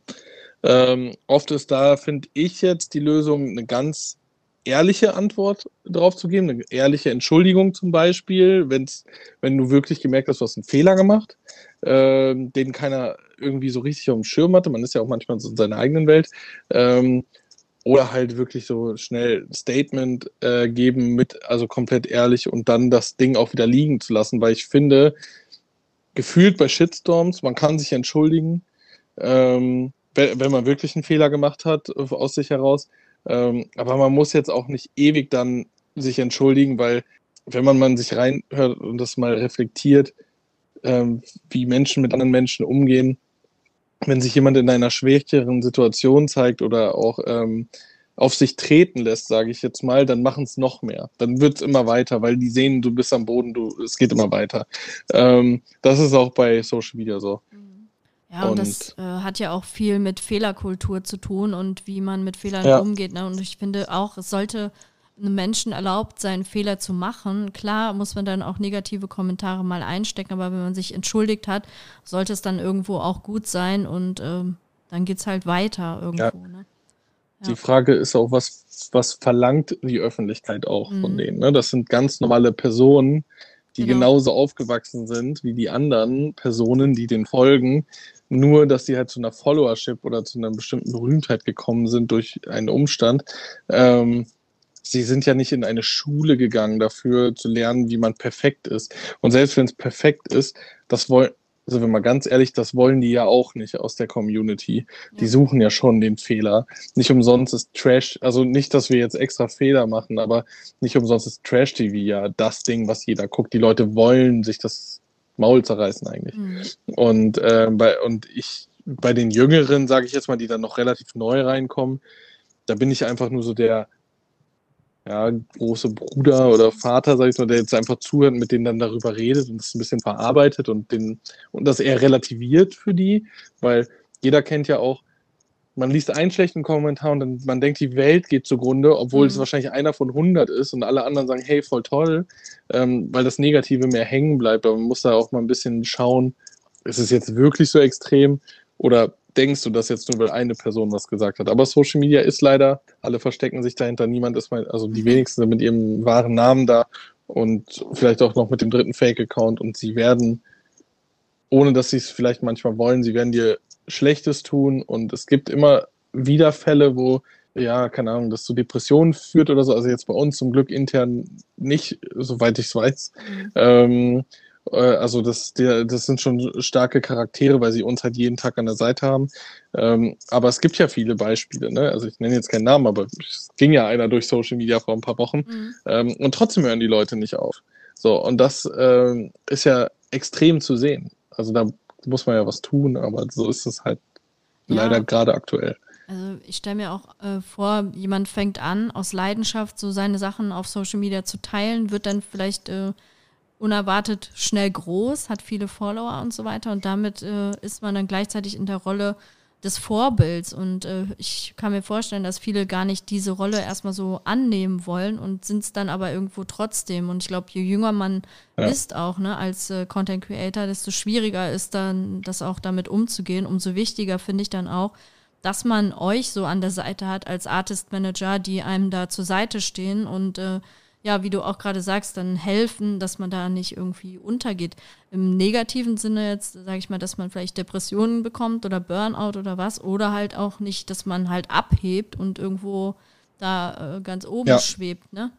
Ähm, oft ist da, finde ich jetzt, die Lösung, eine ganz ehrliche Antwort drauf zu geben, eine ehrliche Entschuldigung zum Beispiel, wenn's, wenn du wirklich gemerkt hast, du hast einen Fehler gemacht, ähm, den keiner irgendwie so richtig auf dem Schirm hatte, man ist ja auch manchmal so in seiner eigenen Welt, ähm, oder halt wirklich so schnell ein Statement äh, geben mit, also komplett ehrlich und dann das Ding auch wieder liegen zu lassen, weil ich finde, gefühlt bei Shitstorms, man kann sich entschuldigen, ähm, wenn man wirklich einen Fehler gemacht hat, aus sich heraus. Ähm, aber man muss jetzt auch nicht ewig dann sich entschuldigen, weil wenn man, man sich reinhört und das mal reflektiert, ähm, wie Menschen mit anderen Menschen umgehen, wenn sich jemand in einer schwächeren Situation zeigt oder auch ähm, auf sich treten lässt, sage ich jetzt mal, dann machen es noch mehr. Dann wird es immer weiter, weil die sehen, du bist am Boden, du, es geht immer weiter. Ähm, das ist auch bei Social Media so. Ja, und, Und das äh, hat ja auch viel mit Fehlerkultur zu tun und wie man mit Fehlern Ja. umgeht. Ne? Und ich finde auch, es sollte einem Menschen erlaubt sein, Fehler zu machen. Klar muss man dann auch negative Kommentare mal einstecken, aber wenn man sich entschuldigt hat, sollte es dann irgendwo auch gut sein und ähm, dann geht's halt weiter irgendwo. Ja. Ne? Die Frage ist auch, was, was verlangt die Öffentlichkeit auch Mhm. von denen? Ne? Das sind ganz normale Personen, die Genau. genauso aufgewachsen sind wie die anderen Personen, die den folgen. Nur, dass die halt zu einer Followership oder zu einer bestimmten Berühmtheit gekommen sind durch einen Umstand. Ähm, sie sind ja nicht in eine Schule gegangen dafür zu lernen, wie man perfekt ist. Und selbst wenn es perfekt ist, das wollen, also wenn man ganz ehrlich, das wollen die ja auch nicht aus der Community. Die Ja. suchen ja schon den Fehler. Nicht umsonst ist Trash, also nicht, dass wir jetzt extra Fehler machen, aber nicht umsonst ist Trash-T V ja das Ding, was jeder guckt. Die Leute wollen sich das Maul zerreißen eigentlich. Mhm. Und, äh, bei, und ich, bei den Jüngeren, sage ich jetzt mal, die dann noch relativ neu reinkommen, da bin ich einfach nur so der ja, große Bruder oder Vater, sag ich mal, der jetzt einfach zuhört, mit denen dann darüber redet und das ein bisschen verarbeitet und den und das eher relativiert für die, weil jeder kennt ja auch, man liest einen schlechten Kommentar und dann man denkt, die Welt geht zugrunde, obwohl Mhm. es wahrscheinlich einer von hundert ist und alle anderen sagen, hey, voll toll, ähm, weil das Negative mehr hängen bleibt. Aber man muss da auch mal ein bisschen schauen, ist es jetzt wirklich so extrem oder denkst du das jetzt nur, weil eine Person was gesagt hat? Aber Social Media ist leider, alle verstecken sich dahinter, niemand ist mal, also die Mhm. wenigsten sind mit ihrem wahren Namen da und vielleicht auch noch mit dem dritten Fake-Account und sie werden, ohne dass sie es vielleicht manchmal wollen, sie werden dir Schlechtes tun und es gibt immer wieder Fälle, wo, ja, keine Ahnung, das zu Depressionen führt oder so, also jetzt bei uns zum Glück intern nicht, soweit ich es weiß. Mhm. Ähm, äh, also das, der, das sind schon starke Charaktere, weil sie uns halt jeden Tag an der Seite haben. Ähm, aber es gibt ja viele Beispiele, ne? Also ich nenne jetzt keinen Namen, aber es ging ja einer durch Social Media vor ein paar Wochen. Mhm. Ähm, und trotzdem hören die Leute nicht auf. So, und das ähm, ist ja extrem zu sehen. Also da muss man ja was tun, aber so ist es halt Ja. leider gerade aktuell. Also ich stelle mir auch äh, vor, jemand fängt an, aus Leidenschaft so seine Sachen auf Social Media zu teilen, wird dann vielleicht äh, unerwartet schnell groß, hat viele Follower und so weiter und damit äh, ist man dann gleichzeitig in der Rolle des Vorbilds und äh, ich kann mir vorstellen, dass viele gar nicht diese Rolle erstmal so annehmen wollen und sind es dann aber irgendwo trotzdem und ich glaube, je jünger man Ja. ist auch, ne, als äh, Content Creator, desto schwieriger ist dann, das auch damit umzugehen, umso wichtiger finde ich dann auch, dass man euch so an der Seite hat als Artist Manager, die einem da zur Seite stehen und äh, ja, wie du auch gerade sagst, dann helfen, dass man da nicht irgendwie untergeht. Im negativen Sinne jetzt, sage ich mal, dass man vielleicht Depressionen bekommt oder Burnout oder was oder halt auch nicht, dass man halt abhebt und irgendwo da äh, ganz oben Ja. schwebt, ne?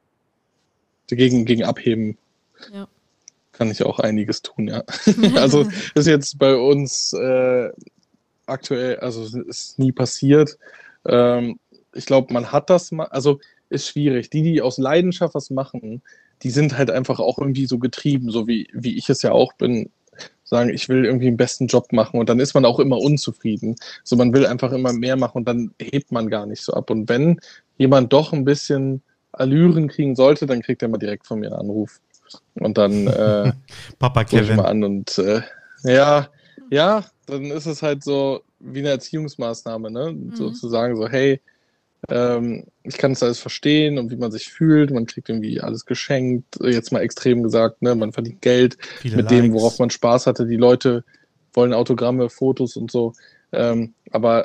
Gegen, gegen Abheben Ja. kann ich auch einiges tun, ja. Also ist jetzt bei uns äh, aktuell, also es ist nie passiert. Ähm, ich glaube, man hat das mal, also ist schwierig. Die, die aus Leidenschaft was machen, die sind halt einfach auch irgendwie so getrieben, so wie, wie ich es ja auch bin, sagen, ich will irgendwie den besten Job machen und dann ist man auch immer unzufrieden. So, man will einfach immer mehr machen und dann hebt man gar nicht so ab. Und wenn jemand doch ein bisschen Allüren kriegen sollte, dann kriegt er mal direkt von mir einen Anruf. Und dann äh, Papa rufe ich Kevin. mal an und äh, ja, ja, dann ist es halt so wie eine Erziehungsmaßnahme, ne? So Mhm. zu sagen, so, hey, ähm, ich kann das alles verstehen und wie man sich fühlt, man kriegt irgendwie alles geschenkt, jetzt mal extrem gesagt, ne? Man verdient Geld Viele mit dem, Likes. worauf man Spaß hatte. Die Leute wollen Autogramme, Fotos und so. Ähm, aber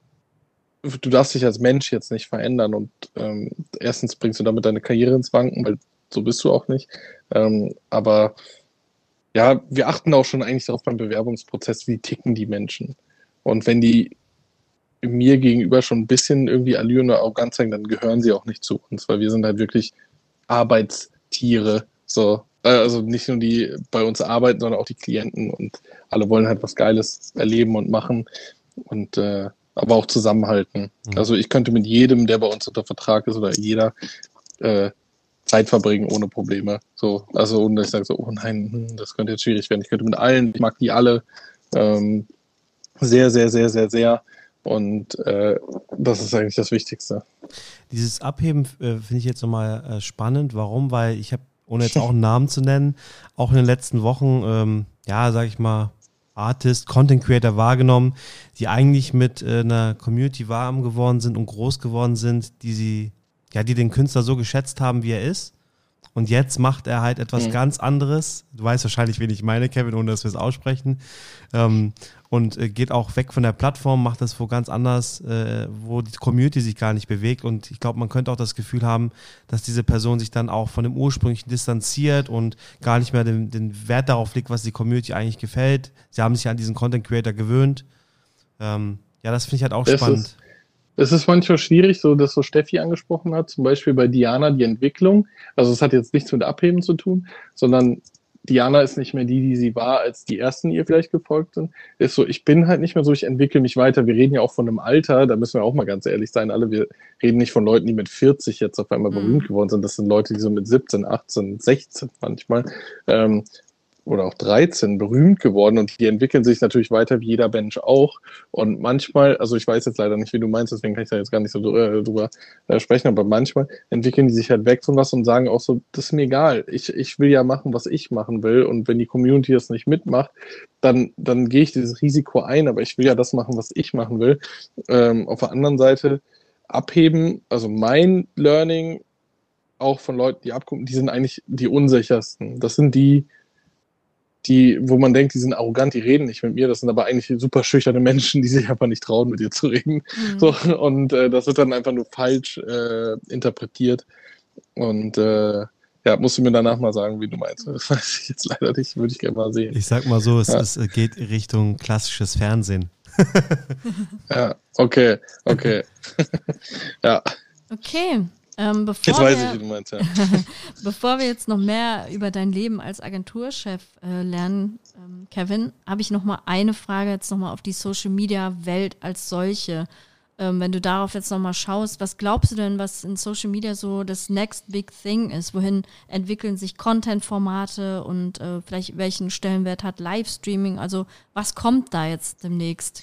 du darfst dich als Mensch jetzt nicht verändern und ähm, erstens bringst du damit deine Karriere ins Wanken, weil so bist du auch nicht. Ähm, aber ja, wir achten auch schon eigentlich darauf beim Bewerbungsprozess, wie ticken die Menschen. Und wenn die mir gegenüber schon ein bisschen irgendwie Allüren oder Arroganz zeigen, dann gehören sie auch nicht zu uns, weil wir sind halt wirklich Arbeitstiere. So, äh, also nicht nur die bei uns arbeiten, sondern auch die Klienten und alle wollen halt was Geiles erleben und machen und äh, aber auch zusammenhalten. Mhm. Also ich könnte mit jedem, der bei uns unter Vertrag ist oder jeder, äh, Zeit verbringen ohne Probleme. So, also ohne dass ich sage so, oh nein, das könnte jetzt schwierig werden. Ich könnte mit allen, ich mag die alle ähm, sehr, sehr, sehr, sehr, sehr. Und äh, das ist eigentlich das Wichtigste. Dieses Abheben äh, finde ich jetzt nochmal äh, spannend. Warum? Weil ich habe, ohne jetzt auch einen Namen zu nennen, auch in den letzten Wochen, ähm, ja, sag ich mal, Artist, Content Creator wahrgenommen, die eigentlich mit äh, einer Community warm geworden sind und groß geworden sind, die sie, ja, die den Künstler so geschätzt haben, wie er ist. Und jetzt macht er halt etwas mhm. ganz anderes. Du weißt wahrscheinlich, wen ich meine, Kevin, ohne dass wir es aussprechen. Ähm, und äh, geht auch weg von der Plattform, macht das wo ganz anders, äh, wo die Community sich gar nicht bewegt. Und ich glaube, man könnte auch das Gefühl haben, dass diese Person sich dann auch von dem Ursprünglichen distanziert und gar nicht mehr den, den Wert darauf legt, was die Community eigentlich gefällt. Sie haben sich an diesen Content Creator gewöhnt. Ähm, ja, das finde ich halt auch das spannend. Ist Es ist manchmal schwierig, so dass so Steffi angesprochen hat, zum Beispiel bei Diana die Entwicklung. Also es hat jetzt nichts mit Abheben zu tun, sondern Diana ist nicht mehr die, die sie war, als die ersten ihr vielleicht gefolgt sind. Ist so, ich bin halt nicht mehr so, ich entwickle mich weiter. Wir reden ja auch von einem Alter, da müssen wir auch mal ganz ehrlich sein, alle, wir reden nicht von Leuten, die mit vierzig jetzt auf einmal berühmt geworden sind. Das sind Leute, die so mit siebzehn, achtzehn, sechzehn manchmal ähm, oder auch dreizehn berühmt geworden und die entwickeln sich natürlich weiter wie jeder Mensch auch. Und manchmal, also ich weiß jetzt leider nicht, wie du meinst, deswegen kann ich da jetzt gar nicht so äh, drüber äh, sprechen, aber manchmal entwickeln die sich halt weg von was und sagen auch so, das ist mir egal. Ich, ich will ja machen, was ich machen will und wenn die Community das nicht mitmacht, dann, dann gehe ich dieses Risiko ein, aber ich will ja das machen, was ich machen will. Ähm, auf der anderen Seite abheben, also mein Learning auch von Leuten, die abgucken, die sind eigentlich die unsichersten. Das sind die, die, wo man denkt, die sind arrogant, die reden nicht mit mir, das sind aber eigentlich super schüchterne Menschen, die sich einfach nicht trauen, mit dir zu reden. Mhm. So, und äh, das wird dann einfach nur falsch äh, interpretiert. Und äh, ja, musst du mir danach mal sagen, wie du meinst. Das weiß ich jetzt leider nicht, würde ich gerne mal sehen. Ich sag mal so, es, ja. es geht Richtung klassisches Fernsehen. Ja, okay, okay. Ja. Okay. Ähm, bevor jetzt weiß wir, ich, wie du meinst, ja. Bevor wir jetzt noch mehr über dein Leben als Agenturchef äh, lernen, ähm, Kevin, habe ich noch mal eine Frage jetzt noch mal auf die Social-Media-Welt als solche. Ähm, wenn du darauf jetzt noch mal schaust, was glaubst du denn, was in Social Media so das next big thing ist? Wohin entwickeln sich Content-Formate und äh, vielleicht welchen Stellenwert hat Livestreaming? Also was kommt da jetzt demnächst?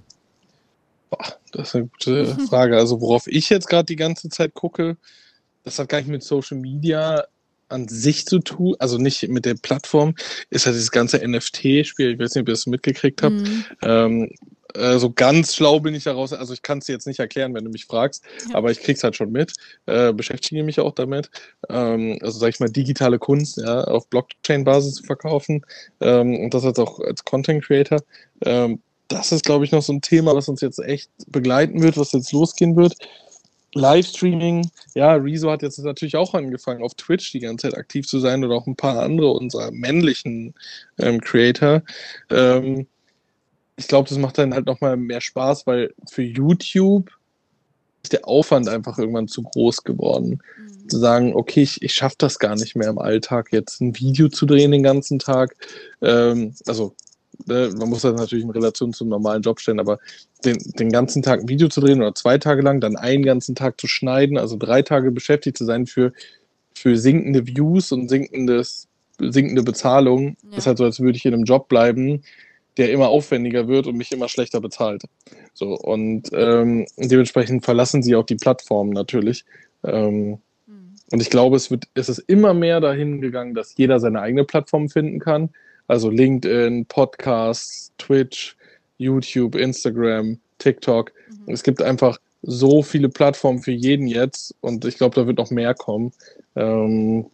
Das ist eine gute Frage. Also worauf ich jetzt gerade die ganze Zeit gucke, das hat gar nicht mit Social Media an sich zu tun, also nicht mit der Plattform, ist halt dieses ganze N F T-Spiel, ich weiß nicht, ob ihr das mitgekriegt habt. Mhm. Ähm, äh, so ganz schlau bin ich daraus, also ich kann es dir jetzt nicht erklären, wenn du mich fragst, ja. aber ich krieg's halt schon mit, äh, beschäftige mich auch damit. Ähm, also sag ich mal, digitale Kunst ja, auf Blockchain-Basis zu verkaufen ähm, und das jetzt auch als Content-Creator. Ähm, Das ist, glaube ich, noch so ein Thema, was uns jetzt echt begleiten wird, was jetzt losgehen wird. Livestreaming, ja, Rezo hat jetzt natürlich auch angefangen, auf Twitch die ganze Zeit aktiv zu sein oder auch ein paar andere unserer männlichen ähm, Creator. Ähm, ich glaube, das macht dann halt nochmal mehr Spaß, weil für YouTube ist der Aufwand einfach irgendwann zu groß geworden. Mhm. Zu sagen, okay, ich, ich schaffe das gar nicht mehr im Alltag, jetzt ein Video zu drehen den ganzen Tag. Ähm, also man muss das natürlich in Relation zum normalen Job stellen, aber den, den ganzen Tag ein Video zu drehen oder zwei Tage lang, dann einen ganzen Tag zu schneiden, also drei Tage beschäftigt zu sein für, für sinkende Views und sinkendes, sinkende Bezahlung, ja. Ist halt so, als würde ich in einem Job bleiben, der immer aufwendiger wird und mich immer schlechter bezahlt. So, und ähm, dementsprechend verlassen sie auch die Plattform natürlich. Ähm, mhm. Und ich glaube, es wird, es ist immer mehr dahin gegangen, dass jeder seine eigene Plattform finden kann. Also LinkedIn, Podcasts, Twitch, YouTube, Instagram, TikTok. Mhm. Es gibt einfach so viele Plattformen für jeden jetzt und ich glaube, da wird noch mehr kommen. Ähm,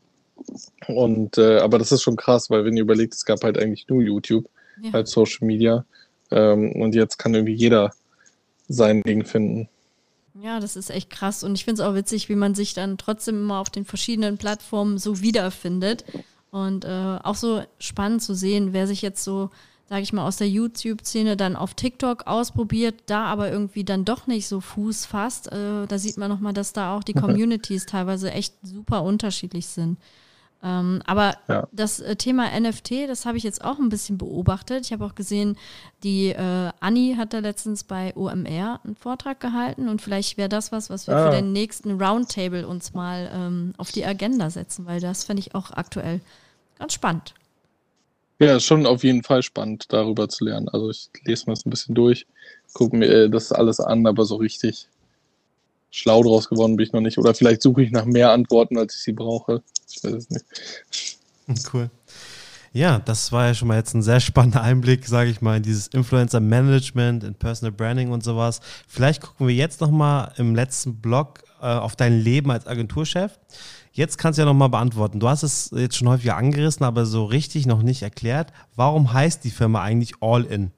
und äh, aber das ist schon krass, weil wenn ihr überlegt, es gab halt eigentlich nur YouTube ja. als Social Media ähm, und jetzt kann irgendwie jeder sein Ding finden. Ja, das ist echt krass und ich finde es auch witzig, wie man sich dann trotzdem immer auf den verschiedenen Plattformen so wiederfindet. Und äh, auch so spannend zu sehen, wer sich jetzt so, sage ich mal, aus der YouTube-Szene dann auf TikTok ausprobiert, da aber irgendwie dann doch nicht so Fuß fasst. Äh, da sieht man nochmal, dass da auch die Communities teilweise echt super unterschiedlich sind. Ähm, aber Ja. das äh, Thema N F T, das habe ich jetzt auch ein bisschen beobachtet. Ich habe auch gesehen, die äh, Anni hat da letztens bei O M R einen Vortrag gehalten und vielleicht wäre das was, was wir Ah. für den nächsten Roundtable uns mal ähm, auf die Agenda setzen, weil das fände ich auch aktuell ganz spannend. Ja, ist schon auf jeden Fall spannend, darüber zu lernen. Also ich lese mir das ein bisschen durch, gucke mir äh, das alles an, aber so richtig schlau draus geworden bin ich noch nicht. Oder vielleicht suche ich nach mehr Antworten, als ich sie brauche. Ich weiß es nicht. Cool. Ja, das war ja schon mal jetzt ein sehr spannender Einblick, sage ich mal, in dieses Influencer-Management, in Personal Branding und sowas. Vielleicht gucken wir jetzt nochmal im letzten Blog äh, auf dein Leben als Agenturchef. Jetzt kannst du ja nochmal beantworten. Du hast es jetzt schon häufiger angerissen, aber so richtig noch nicht erklärt. Warum heißt die Firma eigentlich All In?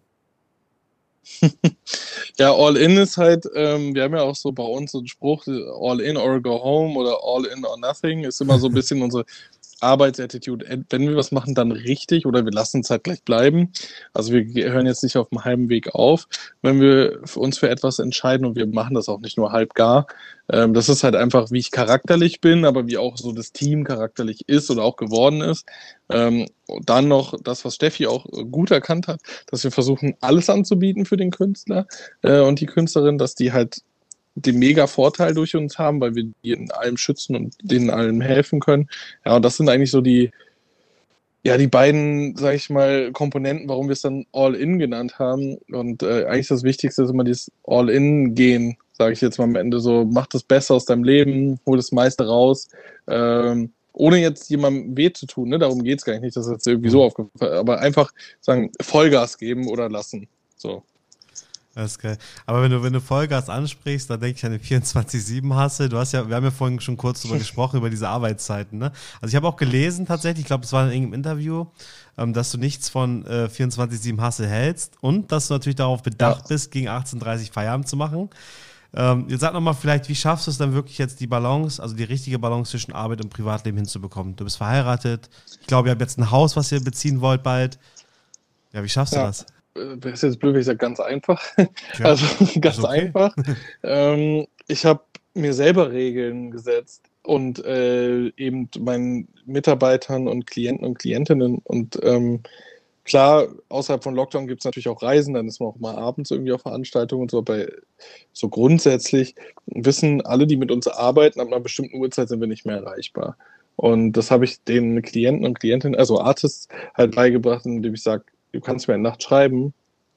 Ja, All In ist halt, ähm, wir haben ja auch so bei uns so einen Spruch, All In or go home oder All In or nothing, ist immer so ein bisschen unsere Arbeitsattitude. Wenn wir was machen, dann richtig oder wir lassen es halt gleich bleiben. Also wir hören jetzt nicht auf dem halben Weg auf, wenn wir uns für etwas entscheiden und wir machen das auch nicht nur halb gar. Ähm, das ist halt einfach, wie ich charakterlich bin, aber wie auch so das Team charakterlich ist oder auch geworden ist. Ähm, und dann noch das, was Steffi auch gut erkannt hat, dass wir versuchen, alles anzubieten für den Künstler äh, und die Künstlerin, dass die halt den mega Vorteil durch uns haben, weil wir die in allem schützen und denen allem helfen können. Ja, und das sind eigentlich so die, ja, die beiden, sag ich mal, Komponenten, warum wir es dann All-In genannt haben. Und äh, eigentlich das Wichtigste ist immer dieses All-In-Gehen, sage ich jetzt mal am Ende so, mach das Beste aus deinem Leben, hol das meiste raus, ähm, ohne jetzt jemandem weh zu tun, ne? Darum geht's gar nicht, das ist jetzt irgendwie so aufgefallen, aber einfach sagen, Vollgas geben oder lassen, so. Das ist geil. Aber wenn du, wenn du Vollgas ansprichst, dann denke ich an den vierundzwanzig sieben Hustle. Du hast ja, wir haben ja vorhin schon kurz drüber gesprochen, über diese Arbeitszeiten, ne? Also ich habe auch gelesen tatsächlich, ich glaube, es war in irgendeinem Interview, ähm, dass du nichts von äh, vierundzwanzig sieben Hustle hältst und dass du natürlich darauf bedacht Ja. bist, gegen achtzehn Uhr dreißig Feierabend zu machen. Ähm, jetzt sag nochmal vielleicht, wie schaffst du es dann wirklich jetzt die Balance, also die richtige Balance zwischen Arbeit und Privatleben hinzubekommen? Du bist verheiratet, ich glaube, ihr habt jetzt ein Haus, was ihr beziehen wollt bald. Ja, wie schaffst Ja. du das? Das ist jetzt blöd, wenn ich sage, ganz einfach. Ja, Also ganz ist okay. einfach. ähm, ich habe mir selber Regeln gesetzt und äh, eben meinen Mitarbeitern und Klienten und Klientinnen und ähm, klar, außerhalb von Lockdown gibt es natürlich auch Reisen, dann ist man auch mal abends irgendwie auf Veranstaltungen und so, aber so grundsätzlich wissen alle, die mit uns arbeiten, ab einer bestimmten Uhrzeit sind wir nicht mehr erreichbar. Und das habe ich den Klienten und Klientinnen, also Artists, halt beigebracht, indem ich sage, du kannst mir eine Nacht schreiben,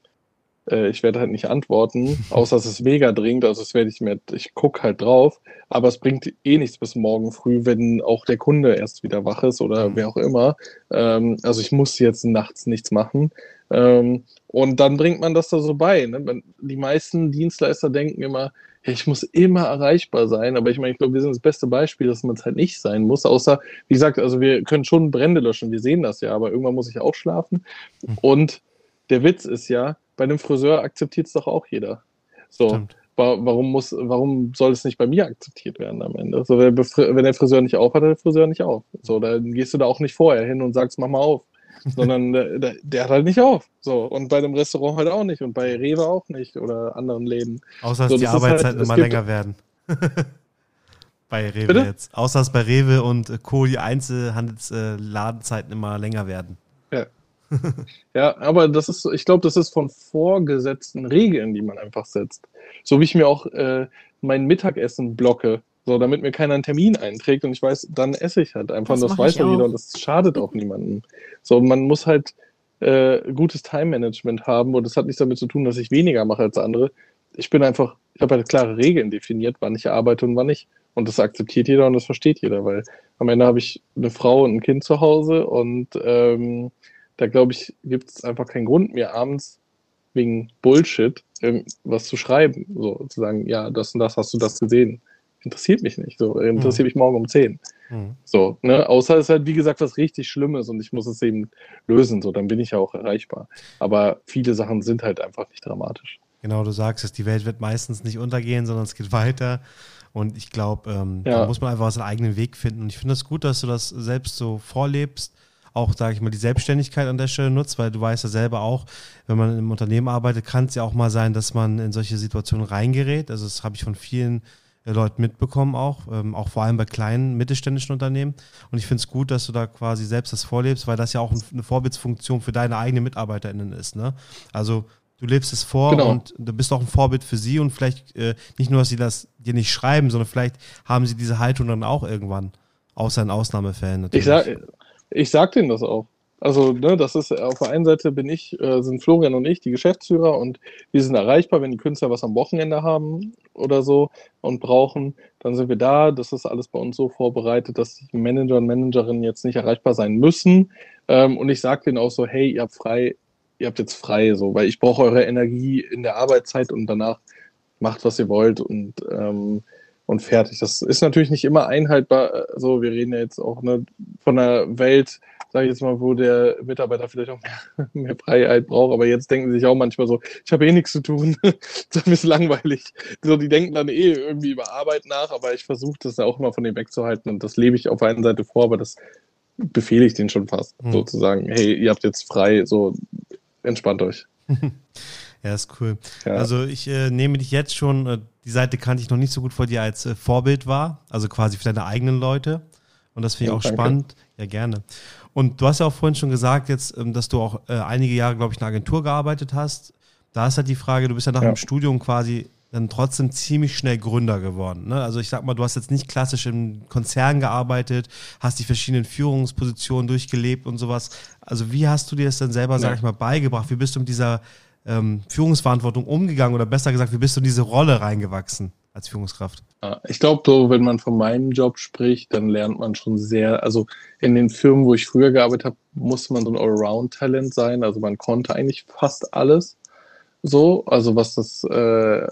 äh, ich werde halt nicht antworten, außer es ist mega dringend, also das werde ich mir, ich gucke halt drauf, aber es bringt eh nichts bis morgen früh, wenn auch der Kunde erst wieder wach ist oder Mhm. wer auch immer. Ähm, also ich muss jetzt nachts nichts machen. Ähm, und dann bringt man das da so bei. Ne? Man, die meisten Dienstleister denken immer, ja, ich muss immer erreichbar sein, aber ich meine, ich glaube, wir sind das beste Beispiel, dass man es halt nicht sein muss, außer, wie gesagt, also wir können schon Brände löschen, wir sehen das ja, aber irgendwann muss ich auch schlafen. Mhm. Und der Witz ist ja, bei einem Friseur akzeptiert es doch auch jeder. So, Stimmt. wa warum muss, warum soll es nicht bei mir akzeptiert werden am Ende? So, wenn, wenn der Friseur nicht auf hat, hat der Friseur nicht auf. So, dann gehst du da auch nicht vorher hin und sagst, mach mal auf. Sondern der, der, der hat halt nicht auf. So, und bei dem Restaurant halt auch nicht und bei Rewe auch nicht oder anderen Läden. Außer dass So, die das ist Arbeitszeiten halt- es immer gibt- länger werden. Bei Rewe Bitte? jetzt. Außer dass bei Rewe und äh, Co. die Einzelhandelsladenzeiten immer länger werden. Ja. Ja, aber das ist, ich glaube, das ist von vorgesetzten Regeln, die man einfach setzt. So wie ich mir auch äh, mein Mittagessen blocke, so damit mir keiner einen Termin einträgt und ich weiß, dann esse ich halt einfach. Das Und das mach weiß ich auch jeder auch. und das schadet auch niemandem. So, man muss halt äh, gutes Time-Management haben und das hat nichts damit zu tun, dass ich weniger mache als andere. Ich bin einfach, ich habe halt klare Regeln definiert, wann ich arbeite und wann nicht. Und das akzeptiert jeder und das versteht jeder, weil am Ende habe ich eine Frau und ein Kind zu Hause und ähm, da glaube ich, gibt es einfach keinen Grund, mir abends wegen Bullshit ähm, was zu schreiben. So zu sagen, ja, das und das hast du das gesehen. Interessiert mich nicht. So, interessiert mich morgen um zehn. Mhm. So, ne? Außer es ist halt, wie gesagt, was richtig Schlimmes und ich muss es eben lösen. So, dann bin ich ja auch erreichbar. Aber viele Sachen sind halt einfach nicht dramatisch. Genau, du sagst es, die Welt wird meistens nicht untergehen, sondern es geht weiter. Und ich glaube, ähm, Ja. da muss man einfach seinen eigenen Weg finden. Und ich finde es gut, dass du das selbst so vorlebst. Auch, sage ich mal, die Selbstständigkeit an der Stelle nutzt, weil du weißt ja selber auch, wenn man im Unternehmen arbeitet, kann es ja auch mal sein, dass man in solche Situationen reingerät. Also das habe ich von vielen äh, Leuten mitbekommen auch, ähm, auch vor allem bei kleinen mittelständischen Unternehmen. Und ich finde es gut, dass du da quasi selbst das vorlebst, weil das ja auch eine Vorbildsfunktion für deine eigenen MitarbeiterInnen ist. Ne? Also du lebst es vor genau. und du bist auch ein Vorbild für sie und vielleicht äh, nicht nur, dass sie das dir nicht schreiben, sondern vielleicht haben sie diese Haltung dann auch irgendwann, außer in Ausnahmefällen natürlich. Ich sag, ich sag denen das auch. Also, ne, das ist, auf der einen Seite bin ich, äh, sind Florian und ich die Geschäftsführer und wir sind erreichbar, wenn die Künstler was am Wochenende haben oder so und brauchen, dann sind wir da. Das ist alles bei uns so vorbereitet, dass die Manager und Managerinnen jetzt nicht erreichbar sein müssen. Ähm, und ich sage denen auch so, hey, ihr habt frei, ihr habt jetzt frei, so, weil ich brauche eure Energie in der Arbeitszeit und danach macht, was ihr wollt und, ähm, und fertig. Das ist natürlich nicht immer einhaltbar. So, wir reden ja jetzt auch ne, von einer Welt, sage ich jetzt mal, wo der Mitarbeiter vielleicht auch mehr, mehr Freiheit braucht, aber jetzt denken sie sich auch manchmal so, ich habe eh nichts zu tun, das ist ein bisschen langweilig. So, die denken dann eh irgendwie über Arbeit nach, aber ich versuche das auch immer von denen wegzuhalten und das lebe ich auf der einen Seite vor, aber das befehle ich denen schon fast, mhm. sozusagen, hey, ihr habt jetzt frei, so entspannt euch. Ja, ist cool. Ja. Also ich äh, nehme dich jetzt schon, äh, die Seite kannte ich noch nicht so gut vor dir als äh, Vorbild wahr, also quasi für deine eigenen Leute und das finde ich ja, auch danke. Spannend. Ja, gerne. Und du hast ja auch vorhin schon gesagt jetzt, ähm, dass du auch äh, einige Jahre, glaube ich, in einer Agentur gearbeitet hast. Da ist halt die Frage, du bist ja nach ja. dem Studium quasi dann trotzdem ziemlich schnell Gründer geworden. Ne? Also ich sag mal, du hast jetzt nicht klassisch im Konzern gearbeitet, hast die verschiedenen Führungspositionen durchgelebt und sowas. Also wie hast du dir das dann selber, ja. sag ich mal, beigebracht? Wie bist du mit dieser ähm, Führungsverantwortung umgegangen oder besser gesagt, wie bist du in diese Rolle reingewachsen als Führungskraft? Ja, ich glaube, so, wenn man von meinem Job spricht, dann lernt man schon sehr, also in den Firmen, wo ich früher gearbeitet habe, musste man so ein Allround-Talent sein, also man konnte eigentlich fast alles so, also was das äh,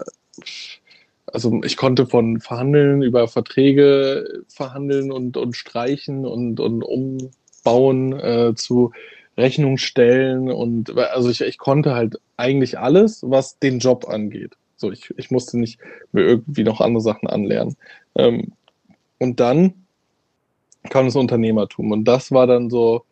also ich konnte von Verhandeln über Verträge verhandeln und, und streichen und, und umbauen äh, zu Rechnung stellen und also ich, ich konnte halt eigentlich alles, was den Job angeht. So, ich, ich musste nicht mir irgendwie noch andere Sachen anlernen. Ähm, und dann kam das Unternehmertum und das war dann so,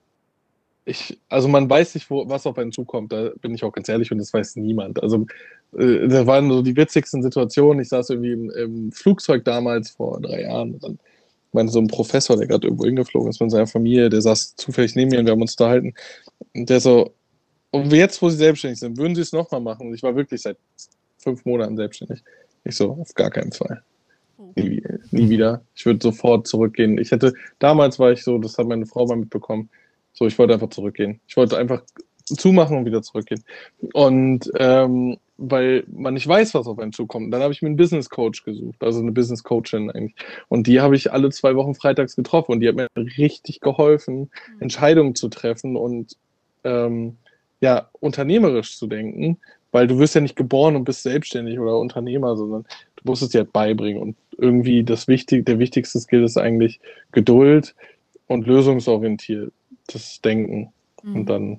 ich, also man weiß nicht, wo, was auf einen zukommt, da bin ich auch ganz ehrlich und das weiß niemand. Also äh, da waren so die witzigsten Situationen. Ich saß irgendwie im, im Flugzeug damals vor drei Jahren und dann meinte so ein Professor, der gerade irgendwo hingeflogen ist mit seiner Familie, der saß zufällig neben mir und wir haben uns unterhalten und der so, und jetzt, wo Sie selbstständig sind, würden Sie es nochmal machen? Und ich war wirklich seit fünf Monaten selbstständig. Ich so, auf gar keinen Fall. Nie, nie wieder. Ich würde sofort zurückgehen. Ich hätte, damals war ich so, das hat meine Frau mal mitbekommen, so, ich wollte einfach zurückgehen. Ich wollte einfach zumachen und wieder zurückgehen. Und ähm, weil man nicht weiß, was auf einen zukommt. Dann habe ich mir einen Business Coach gesucht, also eine Business Coachin eigentlich. Und die habe ich alle zwei Wochen freitags getroffen und die hat mir richtig geholfen, Entscheidungen zu treffen und ähm, ja, unternehmerisch zu denken, weil du wirst ja nicht geboren und bist selbstständig oder Unternehmer, sondern du musst es dir halt beibringen. Und irgendwie das Wichtig, der wichtigste Skill ist eigentlich Geduld und lösungsorientiert. Das Denken mhm. und dann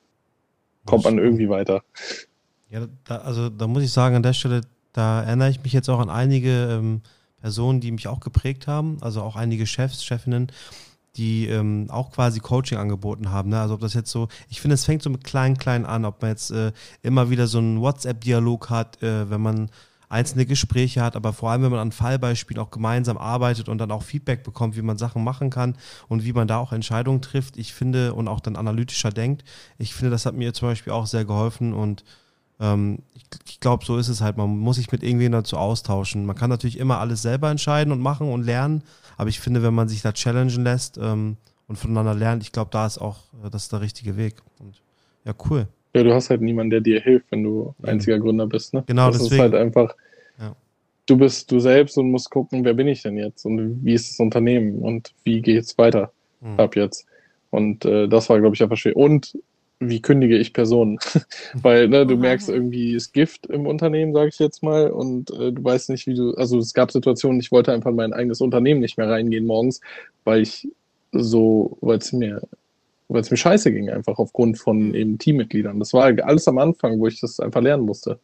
kommt man irgendwie weiter. Ja, da, also da muss ich sagen, an der Stelle, da erinnere ich mich jetzt auch an einige ähm, Personen, die mich auch geprägt haben, also auch einige Chefs, Chefinnen, die ähm, auch quasi Coaching angeboten haben. Ne? Also ob das jetzt so, ich finde, es fängt so mit klein, klein an, ob man jetzt äh, immer wieder so einen WhatsApp-Dialog hat, äh, wenn man einzelne Gespräche hat, aber vor allem, wenn man an Fallbeispielen auch gemeinsam arbeitet und dann auch Feedback bekommt, wie man Sachen machen kann und wie man da auch Entscheidungen trifft, ich finde, und auch dann analytischer denkt, ich finde, das hat mir zum Beispiel auch sehr geholfen und ähm, ich, ich glaube, so ist es halt, man muss sich mit irgendwen dazu austauschen. Man kann natürlich immer alles selber entscheiden und machen und lernen, aber ich finde, wenn man sich da challengen lässt ähm, und voneinander lernt, ich glaube, da ist auch, äh, das ist der richtige Weg. Und ja, cool. Ja, du hast halt niemanden, der dir hilft, wenn du einziger Gründer bist, ne? Genau, das deswegen. ist halt einfach, ja. Du bist du selbst und musst gucken, wer bin ich denn jetzt und wie ist das Unternehmen und wie geht's weiter mhm. ab jetzt. Und äh, das war, glaube ich, einfach schön. Und wie kündige ich Personen? Weil ne, du oh, merkst, okay. irgendwie ist Gift im Unternehmen, sage ich jetzt mal, und äh, du weißt nicht, wie du, also es gab Situationen, ich wollte einfach in mein eigenes Unternehmen nicht mehr reingehen morgens, weil ich so, weil es mir weil es mir scheiße ging, einfach aufgrund von eben Teammitgliedern. Das war alles am Anfang, wo ich das einfach lernen musste.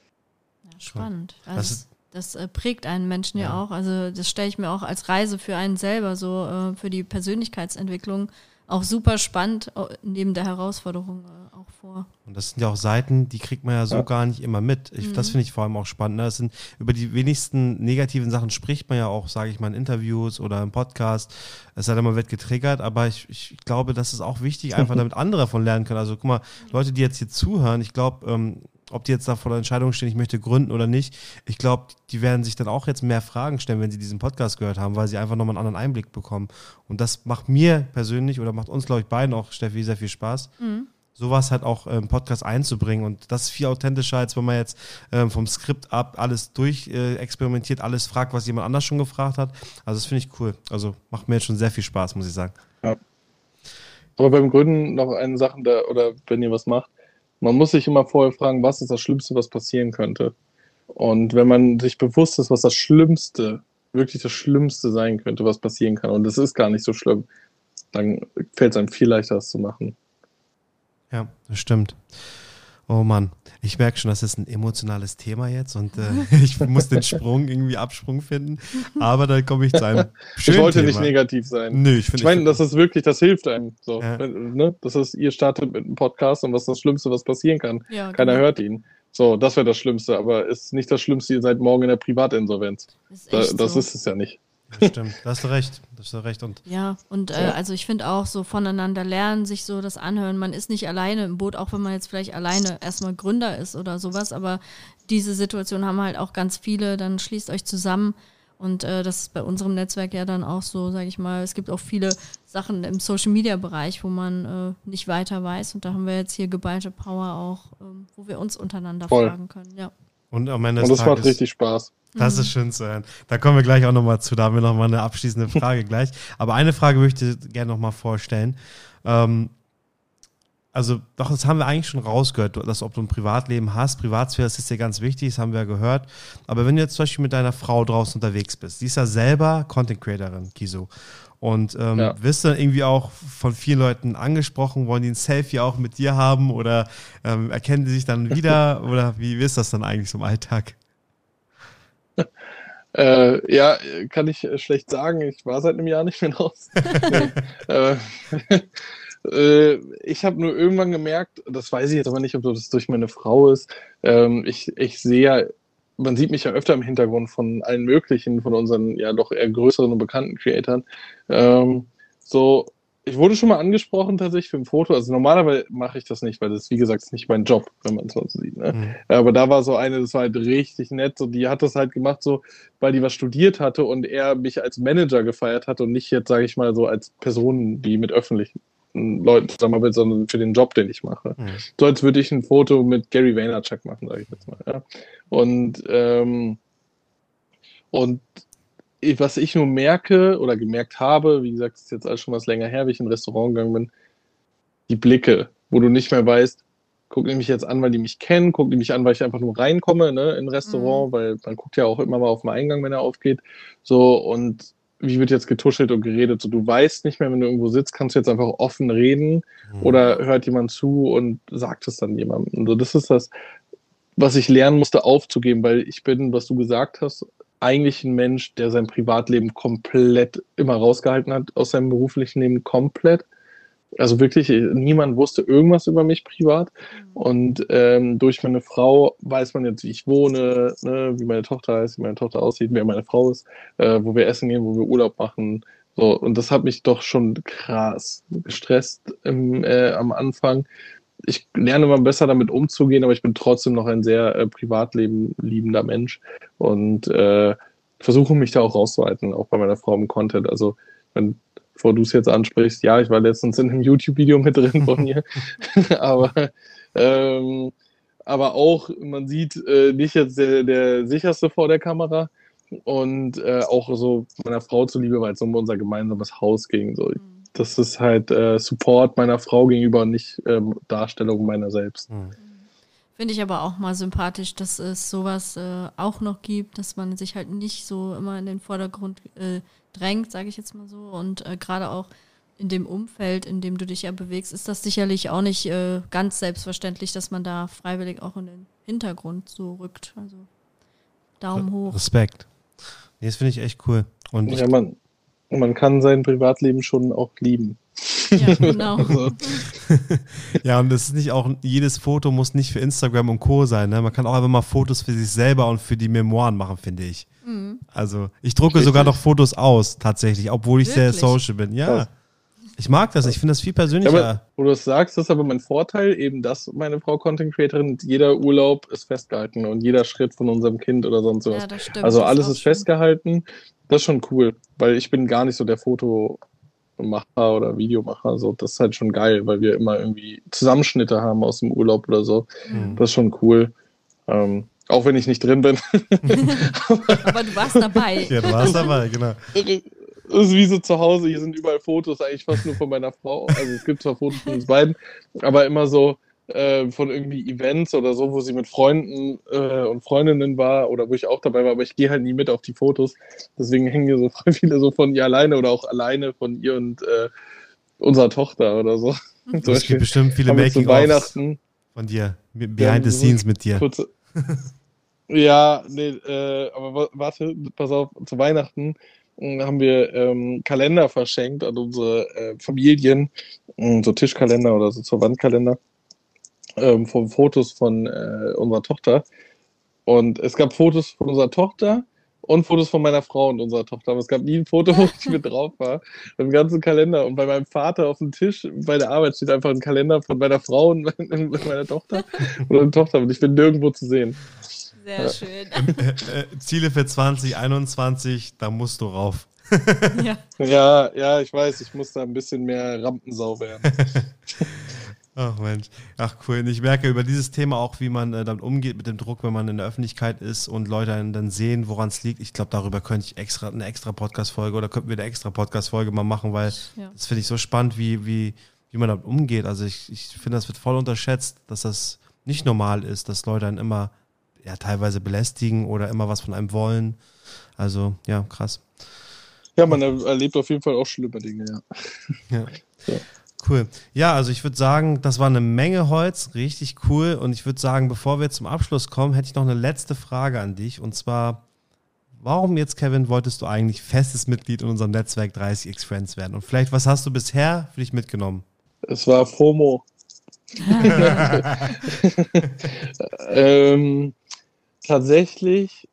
Ja, spannend. Also das, das äh, prägt einen Menschen ja. ja auch. Also das stelle ich mir auch als Reise für einen selber, so äh, für die Persönlichkeitsentwicklung auch super spannend, neben der Herausforderung äh, auch vor. Und das sind ja auch Seiten, die kriegt man ja so ja. gar nicht immer mit. Ich, mhm. Das finde ich vor allem auch spannend. Ne? Das sind, über die wenigsten negativen Sachen spricht man ja auch, sage ich mal, in Interviews oder im Podcast. Es sei denn, man wird getriggert, aber ich, ich glaube, das ist auch wichtig, einfach damit andere davon lernen können. Also guck mal, Leute, die jetzt hier zuhören, ich glaube, ähm, ob die jetzt da vor der Entscheidung stehen, ich möchte gründen oder nicht, ich glaube, die werden sich dann auch jetzt mehr Fragen stellen, wenn sie diesen Podcast gehört haben, weil sie einfach nochmal einen anderen Einblick bekommen. Und das macht mir persönlich oder macht uns, glaube ich, beiden auch, Steffi, sehr viel Spaß, mhm. sowas halt auch im Podcast einzubringen. Und das ist viel authentischer, als wenn man jetzt ähm, vom Skript ab alles durch äh, experimentiert, alles fragt, was jemand anders schon gefragt hat. Also das finde ich cool. Also macht mir jetzt schon sehr viel Spaß, muss ich sagen. Ja. Aber beim Gründen noch eine Sache, da, oder wenn ihr was macht, man muss sich immer vorher fragen, was ist das Schlimmste, was passieren könnte. Und wenn man sich bewusst ist, was das Schlimmste, wirklich das Schlimmste sein könnte, was passieren kann, und das ist gar nicht so schlimm, dann fällt es einem viel leichter, das zu machen. Ja, das stimmt. Oh Mann, ich merke schon, das ist ein emotionales Thema jetzt und äh, ich muss den Sprung, irgendwie Absprung finden, aber dann komme ich zu einem schönen Ich wollte Thema. nicht negativ sein. Nö, ich finde, ich meine, das ist wirklich, das hilft einem. So, ja. ne? Das ist, ihr startet mit einem Podcast und was ist das Schlimmste, was passieren kann? Ja, Keiner genau. hört ihn. So, das wäre das Schlimmste, aber ist nicht das Schlimmste, ihr seid morgen in der Privatinsolvenz. Das ist, da, echt das so. ist es ja nicht. Das stimmt, da hast du recht. Da hast du recht. Und ja, und äh, also ich finde auch so voneinander lernen, sich so das anhören. Man ist nicht alleine im Boot, auch wenn man jetzt vielleicht alleine erstmal Gründer ist oder sowas, aber diese Situation haben halt auch ganz viele, dann schließt euch zusammen und äh, das ist bei unserem Netzwerk ja dann auch so, sage ich mal, es gibt auch viele Sachen im Social-Media-Bereich, wo man äh, nicht weiter weiß und da haben wir jetzt hier geballte Power auch, ähm, wo wir uns untereinander Voll. fragen können, ja. Und am Ende Und des das macht Tages, richtig Spaß. Das ist schön zu hören. Da kommen wir gleich auch nochmal zu. Da haben wir nochmal eine abschließende Frage gleich. Aber eine Frage möchte ich gerne nochmal vorstellen. Ähm, also, doch, das haben wir eigentlich schon rausgehört, dass ob du ein Privatleben hast. Privatsphäre, das ist dir ganz wichtig, das haben wir ja gehört. Aber wenn du jetzt zum Beispiel mit deiner Frau draußen unterwegs bist, die ist ja selber Content Creatorin, Kiso. Und ähm, ja. wirst du dann irgendwie auch von vielen Leuten angesprochen, wollen die ein Selfie auch mit dir haben oder ähm, erkennen die sich dann wieder oder wie ist das dann eigentlich so im Alltag? Äh, ja, kann ich schlecht sagen. Ich war seit einem Jahr nicht mehr raus. nee. äh, äh, ich habe nur irgendwann gemerkt, das weiß ich jetzt aber nicht, ob das durch meine Frau ist, ähm, ich, ich sehe ja, man sieht mich ja öfter im Hintergrund von allen möglichen, von unseren ja doch eher größeren und bekannten Creatoren. Ähm, so, ich wurde schon mal angesprochen tatsächlich für ein Foto. Also normalerweise mache ich das nicht, weil das, wie gesagt, ist nicht mein Job, wenn man es mal so sieht. Ne? Mhm. Aber da war so eine, das war halt richtig nett. So, die hat das halt gemacht, so, weil die was studiert hatte und er mich als Manager gefeiert hat und nicht jetzt, sage ich mal, so als Person, die mit öffentlichen Leuten zusammenarbeitet, sondern für den Job, den ich mache. Mhm. So als würde ich ein Foto mit Gary Vaynerchuk machen, sage ich jetzt mal. Ja? Und, ähm, und was ich nur merke oder gemerkt habe, wie gesagt, das ist jetzt alles schon was länger her, wie ich in ein Restaurant gegangen bin, die Blicke, wo du nicht mehr weißt, gucken die mich jetzt an, weil die mich kennen, gucken die mich an, weil ich einfach nur reinkomme, ne, in ein Restaurant, mhm. weil man guckt ja auch immer mal auf den Eingang, wenn er aufgeht, so, und wie wird jetzt getuschelt und geredet, so, du weißt nicht mehr, wenn du irgendwo sitzt, kannst du jetzt einfach offen reden mhm. oder hört jemand zu und sagt es dann jemandem. So, das ist das, was ich lernen musste aufzugeben, weil ich bin, was du gesagt hast, eigentlich ein Mensch, der sein Privatleben komplett immer rausgehalten hat aus seinem beruflichen Leben, komplett. Also wirklich, niemand wusste irgendwas über mich privat. Und ähm, durch meine Frau weiß man jetzt, wie ich wohne, ne, wie meine Tochter heißt, wie meine Tochter aussieht, wer meine Frau ist, äh, wo wir essen gehen, wo wir Urlaub machen. So, und das hat mich doch schon krass gestresst im, äh, am Anfang. Ich lerne immer besser damit umzugehen, aber ich bin trotzdem noch ein sehr äh, Privatleben liebender Mensch und äh, versuche mich da auch rauszuhalten, auch bei meiner Frau im Content. Also, wenn, bevor du es jetzt ansprichst, ja, ich war letztens in einem YouTube-Video mit drin von mir, aber, ähm, aber auch, man sieht äh, nicht jetzt der, der sicherste vor der Kamera und äh, auch so meiner Frau zuliebe, weil es um unser gemeinsames Haus ging, so. Das ist halt äh, Support meiner Frau gegenüber und nicht ähm, Darstellung meiner selbst. Mhm. Finde ich aber auch mal sympathisch, dass es sowas äh, auch noch gibt, dass man sich halt nicht so immer in den Vordergrund äh, drängt, sage ich jetzt mal so. Und äh, gerade auch in dem Umfeld, in dem du dich ja bewegst, ist das sicherlich auch nicht äh, ganz selbstverständlich, dass man da freiwillig auch in den Hintergrund so rückt. Also Daumen hoch. Respekt. Nee, das finde ich echt cool. Und ja, man, man kann sein Privatleben schon auch lieben. Ja, genau. Also, Ja, und es ist nicht auch, jedes Foto muss nicht für Instagram und Co. sein. Ne? Man kann auch einfach mal Fotos für sich selber und für die Memoiren machen, finde ich. Mhm. Also, ich drucke Richtig? sogar noch Fotos aus, tatsächlich, obwohl ich sehr Wirklich? social bin. Ja, Krass. ich mag das. Ich finde das viel ja, persönlicher. aber, wo du es sagst, das ist aber mein Vorteil, eben dass meine Frau Content Creatorin, jeder Urlaub ist festgehalten und jeder Schritt von unserem Kind oder sonst was. Ja, das stimmt. Also das alles auch ist schön. festgehalten. Das ist schon cool, weil ich bin gar nicht so der Fotomacher oder Videomacher. Also das ist halt schon geil, weil wir immer irgendwie Zusammenschnitte haben aus dem Urlaub oder so. Mhm. Das ist schon cool. Ähm, auch wenn ich nicht drin bin. Aber du warst dabei. Ja, du warst dabei, genau. Das ist wie so zu Hause, hier sind überall Fotos, eigentlich fast nur von meiner Frau. Also es gibt zwar Fotos von uns beiden, aber immer so äh, von irgendwie Events oder so, wo sie mit Freunden äh, und Freundinnen war oder wo ich auch dabei war, aber ich gehe halt nie mit auf die Fotos. Deswegen hängen hier so voll viele so von ihr alleine oder auch alleine von ihr und äh, unserer Tochter oder so. Zum Es gibt Beispiel bestimmt viele haben wir zu Making-ofs Weihnachten von dir, wir behind haben the so scenes mit dir. kurze, ja, nee, äh, aber wa- warte, pass auf, zu Weihnachten mh, haben wir ähm, Kalender verschenkt an unsere äh, Familien, mh, so Tischkalender oder so zur Wandkalender, ähm, von Fotos von äh, unserer Tochter. Und es gab Fotos von unserer Tochter und Fotos von meiner Frau und unserer Tochter. Aber es gab nie ein Foto, wo ich mit drauf war. Im ganzen Kalender. Und bei meinem Vater auf dem Tisch bei der Arbeit steht einfach ein Kalender von meiner Frau und meiner Tochter oder eine Tochter. Und ich bin nirgendwo zu sehen. Sehr schön. Äh, äh, Ziele für zwanzig einundzwanzig, da musst du rauf. Ja. Ja, ja, ich weiß, ich muss da ein bisschen mehr Rampensau werden. Ach Mensch, ach cool. Und ich merke über dieses Thema auch, wie man äh, damit umgeht mit dem Druck, wenn man in der Öffentlichkeit ist und Leute einen dann sehen, woran es liegt. Ich glaube, darüber könnte ich extra eine extra Podcast-Folge oder könnten wir eine extra Podcast-Folge mal machen, weil Ja. das finde ich so spannend, wie, wie, wie man damit umgeht. Also ich, ich finde, das wird voll unterschätzt, dass das nicht normal ist, dass Leute dann immer ja, teilweise belästigen oder immer was von einem wollen. Also ja, krass. Ja, man er erlebt auf jeden Fall auch schlimme Dinge, ja. Ja. Ja. Cool. Ja, also ich würde sagen, das war eine Menge Holz, richtig cool. Und ich würde sagen, bevor wir zum Abschluss kommen, hätte ich noch eine letzte Frage an dich. Und zwar, warum jetzt, Kevin, wolltest du eigentlich festes Mitglied in unserem Netzwerk dreißig X Friends werden? Und vielleicht, was hast du bisher für dich mitgenommen? Es war FOMO. ähm, tatsächlich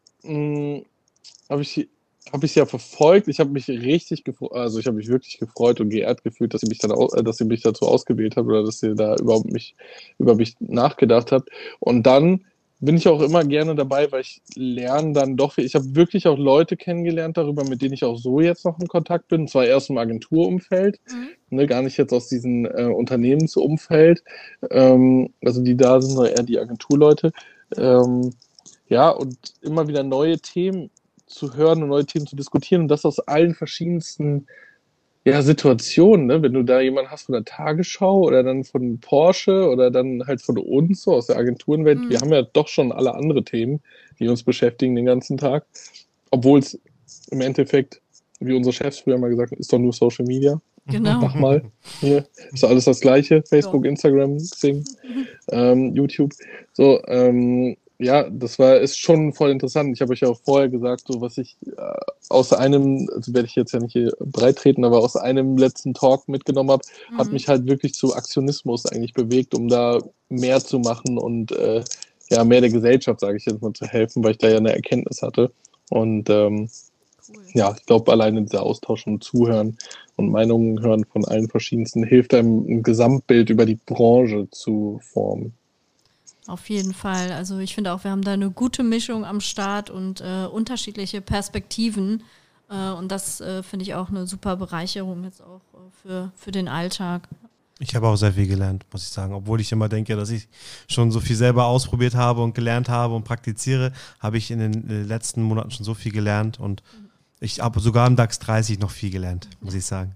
habe ich habe ich es ja verfolgt. Ich habe mich richtig gefreut, also ich habe mich wirklich gefreut und geehrt gefühlt, dass ihr mich dann, au- äh, dass ihr mich dazu ausgewählt habt oder dass ihr da überhaupt mich über mich nachgedacht habt. Und dann bin ich auch immer gerne dabei, weil ich lerne dann doch viel. Ich habe wirklich auch Leute kennengelernt darüber, mit denen ich auch so jetzt noch in Kontakt bin. Und zwar erst im Agenturumfeld, Mhm. ne, gar nicht jetzt aus diesem äh, Unternehmensumfeld, ähm, also die da sind, sondern eher die Agenturleute. Ähm, ja, und immer wieder neue Themen zu hören und neue Themen zu diskutieren und das aus allen verschiedensten ja, Situationen, ne? Wenn du da jemanden hast von der Tagesschau oder dann von Porsche oder dann halt von uns, so aus der Agenturenwelt, Mhm. wir haben ja doch schon alle andere Themen, die uns beschäftigen den ganzen Tag, obwohl es im Endeffekt, wie unsere Chefs früher mal gesagt haben, ist doch nur Social Media. Genau. Mach mal. Hier ist doch alles das Gleiche. Facebook, Instagram, Xing, ähm, YouTube. So, ähm, ja, das war, ist schon voll interessant. Ich habe euch ja auch vorher gesagt, so was ich äh, aus einem, also werde ich jetzt ja nicht hier breit treten, aber aus einem letzten Talk mitgenommen habe, hat Mhm. mich halt wirklich zu Aktionismus eigentlich bewegt, um da mehr zu machen und äh, ja, mehr der Gesellschaft, sage ich jetzt mal, zu helfen, weil ich da ja eine Erkenntnis hatte. Und ähm, Cool. ja, ich glaube, alleine dieser Austausch und Zuhören und Meinungen hören von allen verschiedensten hilft einem, ein Gesamtbild über die Branche zu formen. Auf jeden Fall. Also ich finde auch, wir haben da eine gute Mischung am Start und äh, unterschiedliche Perspektiven. Äh, und das äh, finde ich auch eine super Bereicherung jetzt auch äh, für, für den Alltag. Ich habe auch sehr viel gelernt, muss ich sagen. Obwohl ich immer denke, dass ich schon so viel selber ausprobiert habe und gelernt habe und praktiziere, habe ich in den äh, letzten Monaten schon so viel gelernt. Und ich habe sogar im DAX dreißig noch viel gelernt, muss ich sagen.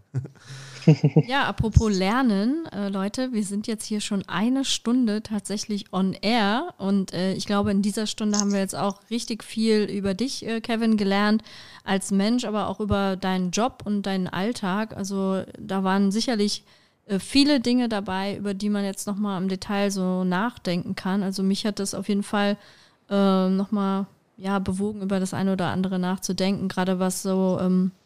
Ja, apropos Lernen, äh, Leute, wir sind jetzt hier schon eine Stunde tatsächlich on air und äh, ich glaube, in dieser Stunde haben wir jetzt auch richtig viel über dich, äh, Kevin, gelernt als Mensch, aber auch über deinen Job und deinen Alltag. Also da waren sicherlich äh, viele Dinge dabei, über die man jetzt nochmal im Detail so nachdenken kann. Also mich hat das auf jeden Fall äh, nochmal ja, bewogen, über das eine oder andere nachzudenken, gerade was so ähm,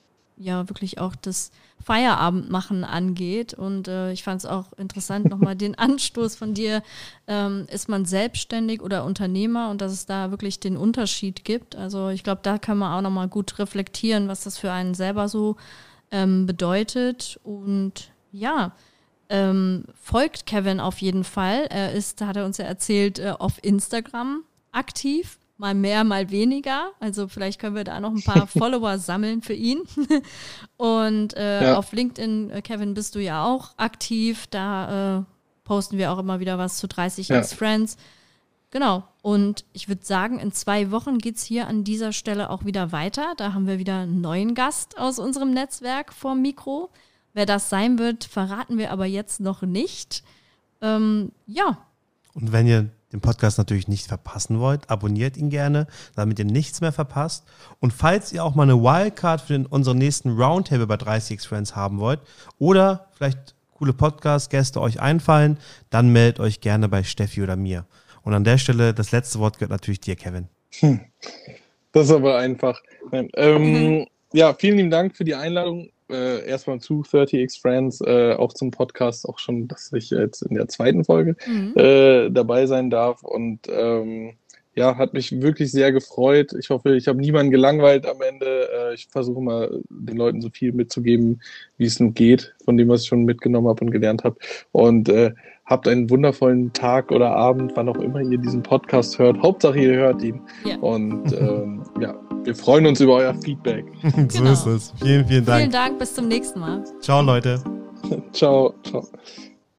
ja wirklich auch das Feierabendmachen angeht. Und äh, ich fand es auch interessant, nochmal den Anstoß von dir, ähm, ist man selbstständig oder Unternehmer und dass es da wirklich den Unterschied gibt. Also ich glaube, da kann man auch nochmal gut reflektieren, was das für einen selber so ähm, bedeutet. Und ja, ähm, folgt Kevin auf jeden Fall. Er ist, hat er uns ja erzählt, äh, auf Instagram aktiv. Mal mehr, mal weniger. Also vielleicht können wir da noch ein paar Follower sammeln für ihn. Und äh, ja. auf LinkedIn, äh, Kevin, bist du ja auch aktiv. Da äh, posten wir auch immer wieder was zu dreißig ja. X-Friends. Genau. Und ich würde sagen, in zwei Wochen geht es hier an dieser Stelle auch wieder weiter. Da haben wir wieder einen neuen Gast aus unserem Netzwerk vorm Mikro. Wer das sein wird, verraten wir aber jetzt noch nicht. Ähm, ja. Und wenn ihr den Podcast natürlich nicht verpassen wollt, abonniert ihn gerne, damit ihr nichts mehr verpasst. Und falls ihr auch mal eine Wildcard für den, unseren nächsten Roundtable bei dreißig X-Friends haben wollt oder vielleicht coole Podcast-Gäste euch einfallen, dann meldet euch gerne bei Steffi oder mir. Und an der Stelle, das letzte Wort gehört natürlich dir, Kevin. Hm. Das ist aber einfach. Nein. Ähm, ja, vielen lieben Dank für die Einladung. Äh, erstmal zu dreißig X-Friends, äh, auch zum Podcast, auch schon, dass ich jetzt in der zweiten Folge mhm. äh, dabei sein darf. Und ähm, ja, hat mich wirklich sehr gefreut. Ich hoffe, ich habe niemanden gelangweilt am Ende. Äh, ich versuche mal, den Leuten so viel mitzugeben, wie es nun geht, von dem, was ich schon mitgenommen habe und gelernt habe. Und äh, habt einen wundervollen Tag oder Abend, wann auch immer ihr diesen Podcast hört. Hauptsache, ihr hört ihn. Ja. Und ähm, ja, wir freuen uns über euer Feedback. So genau. ist es. Vielen, vielen Dank. Vielen Dank, bis zum nächsten Mal. Ciao, Leute. Ciao, ciao.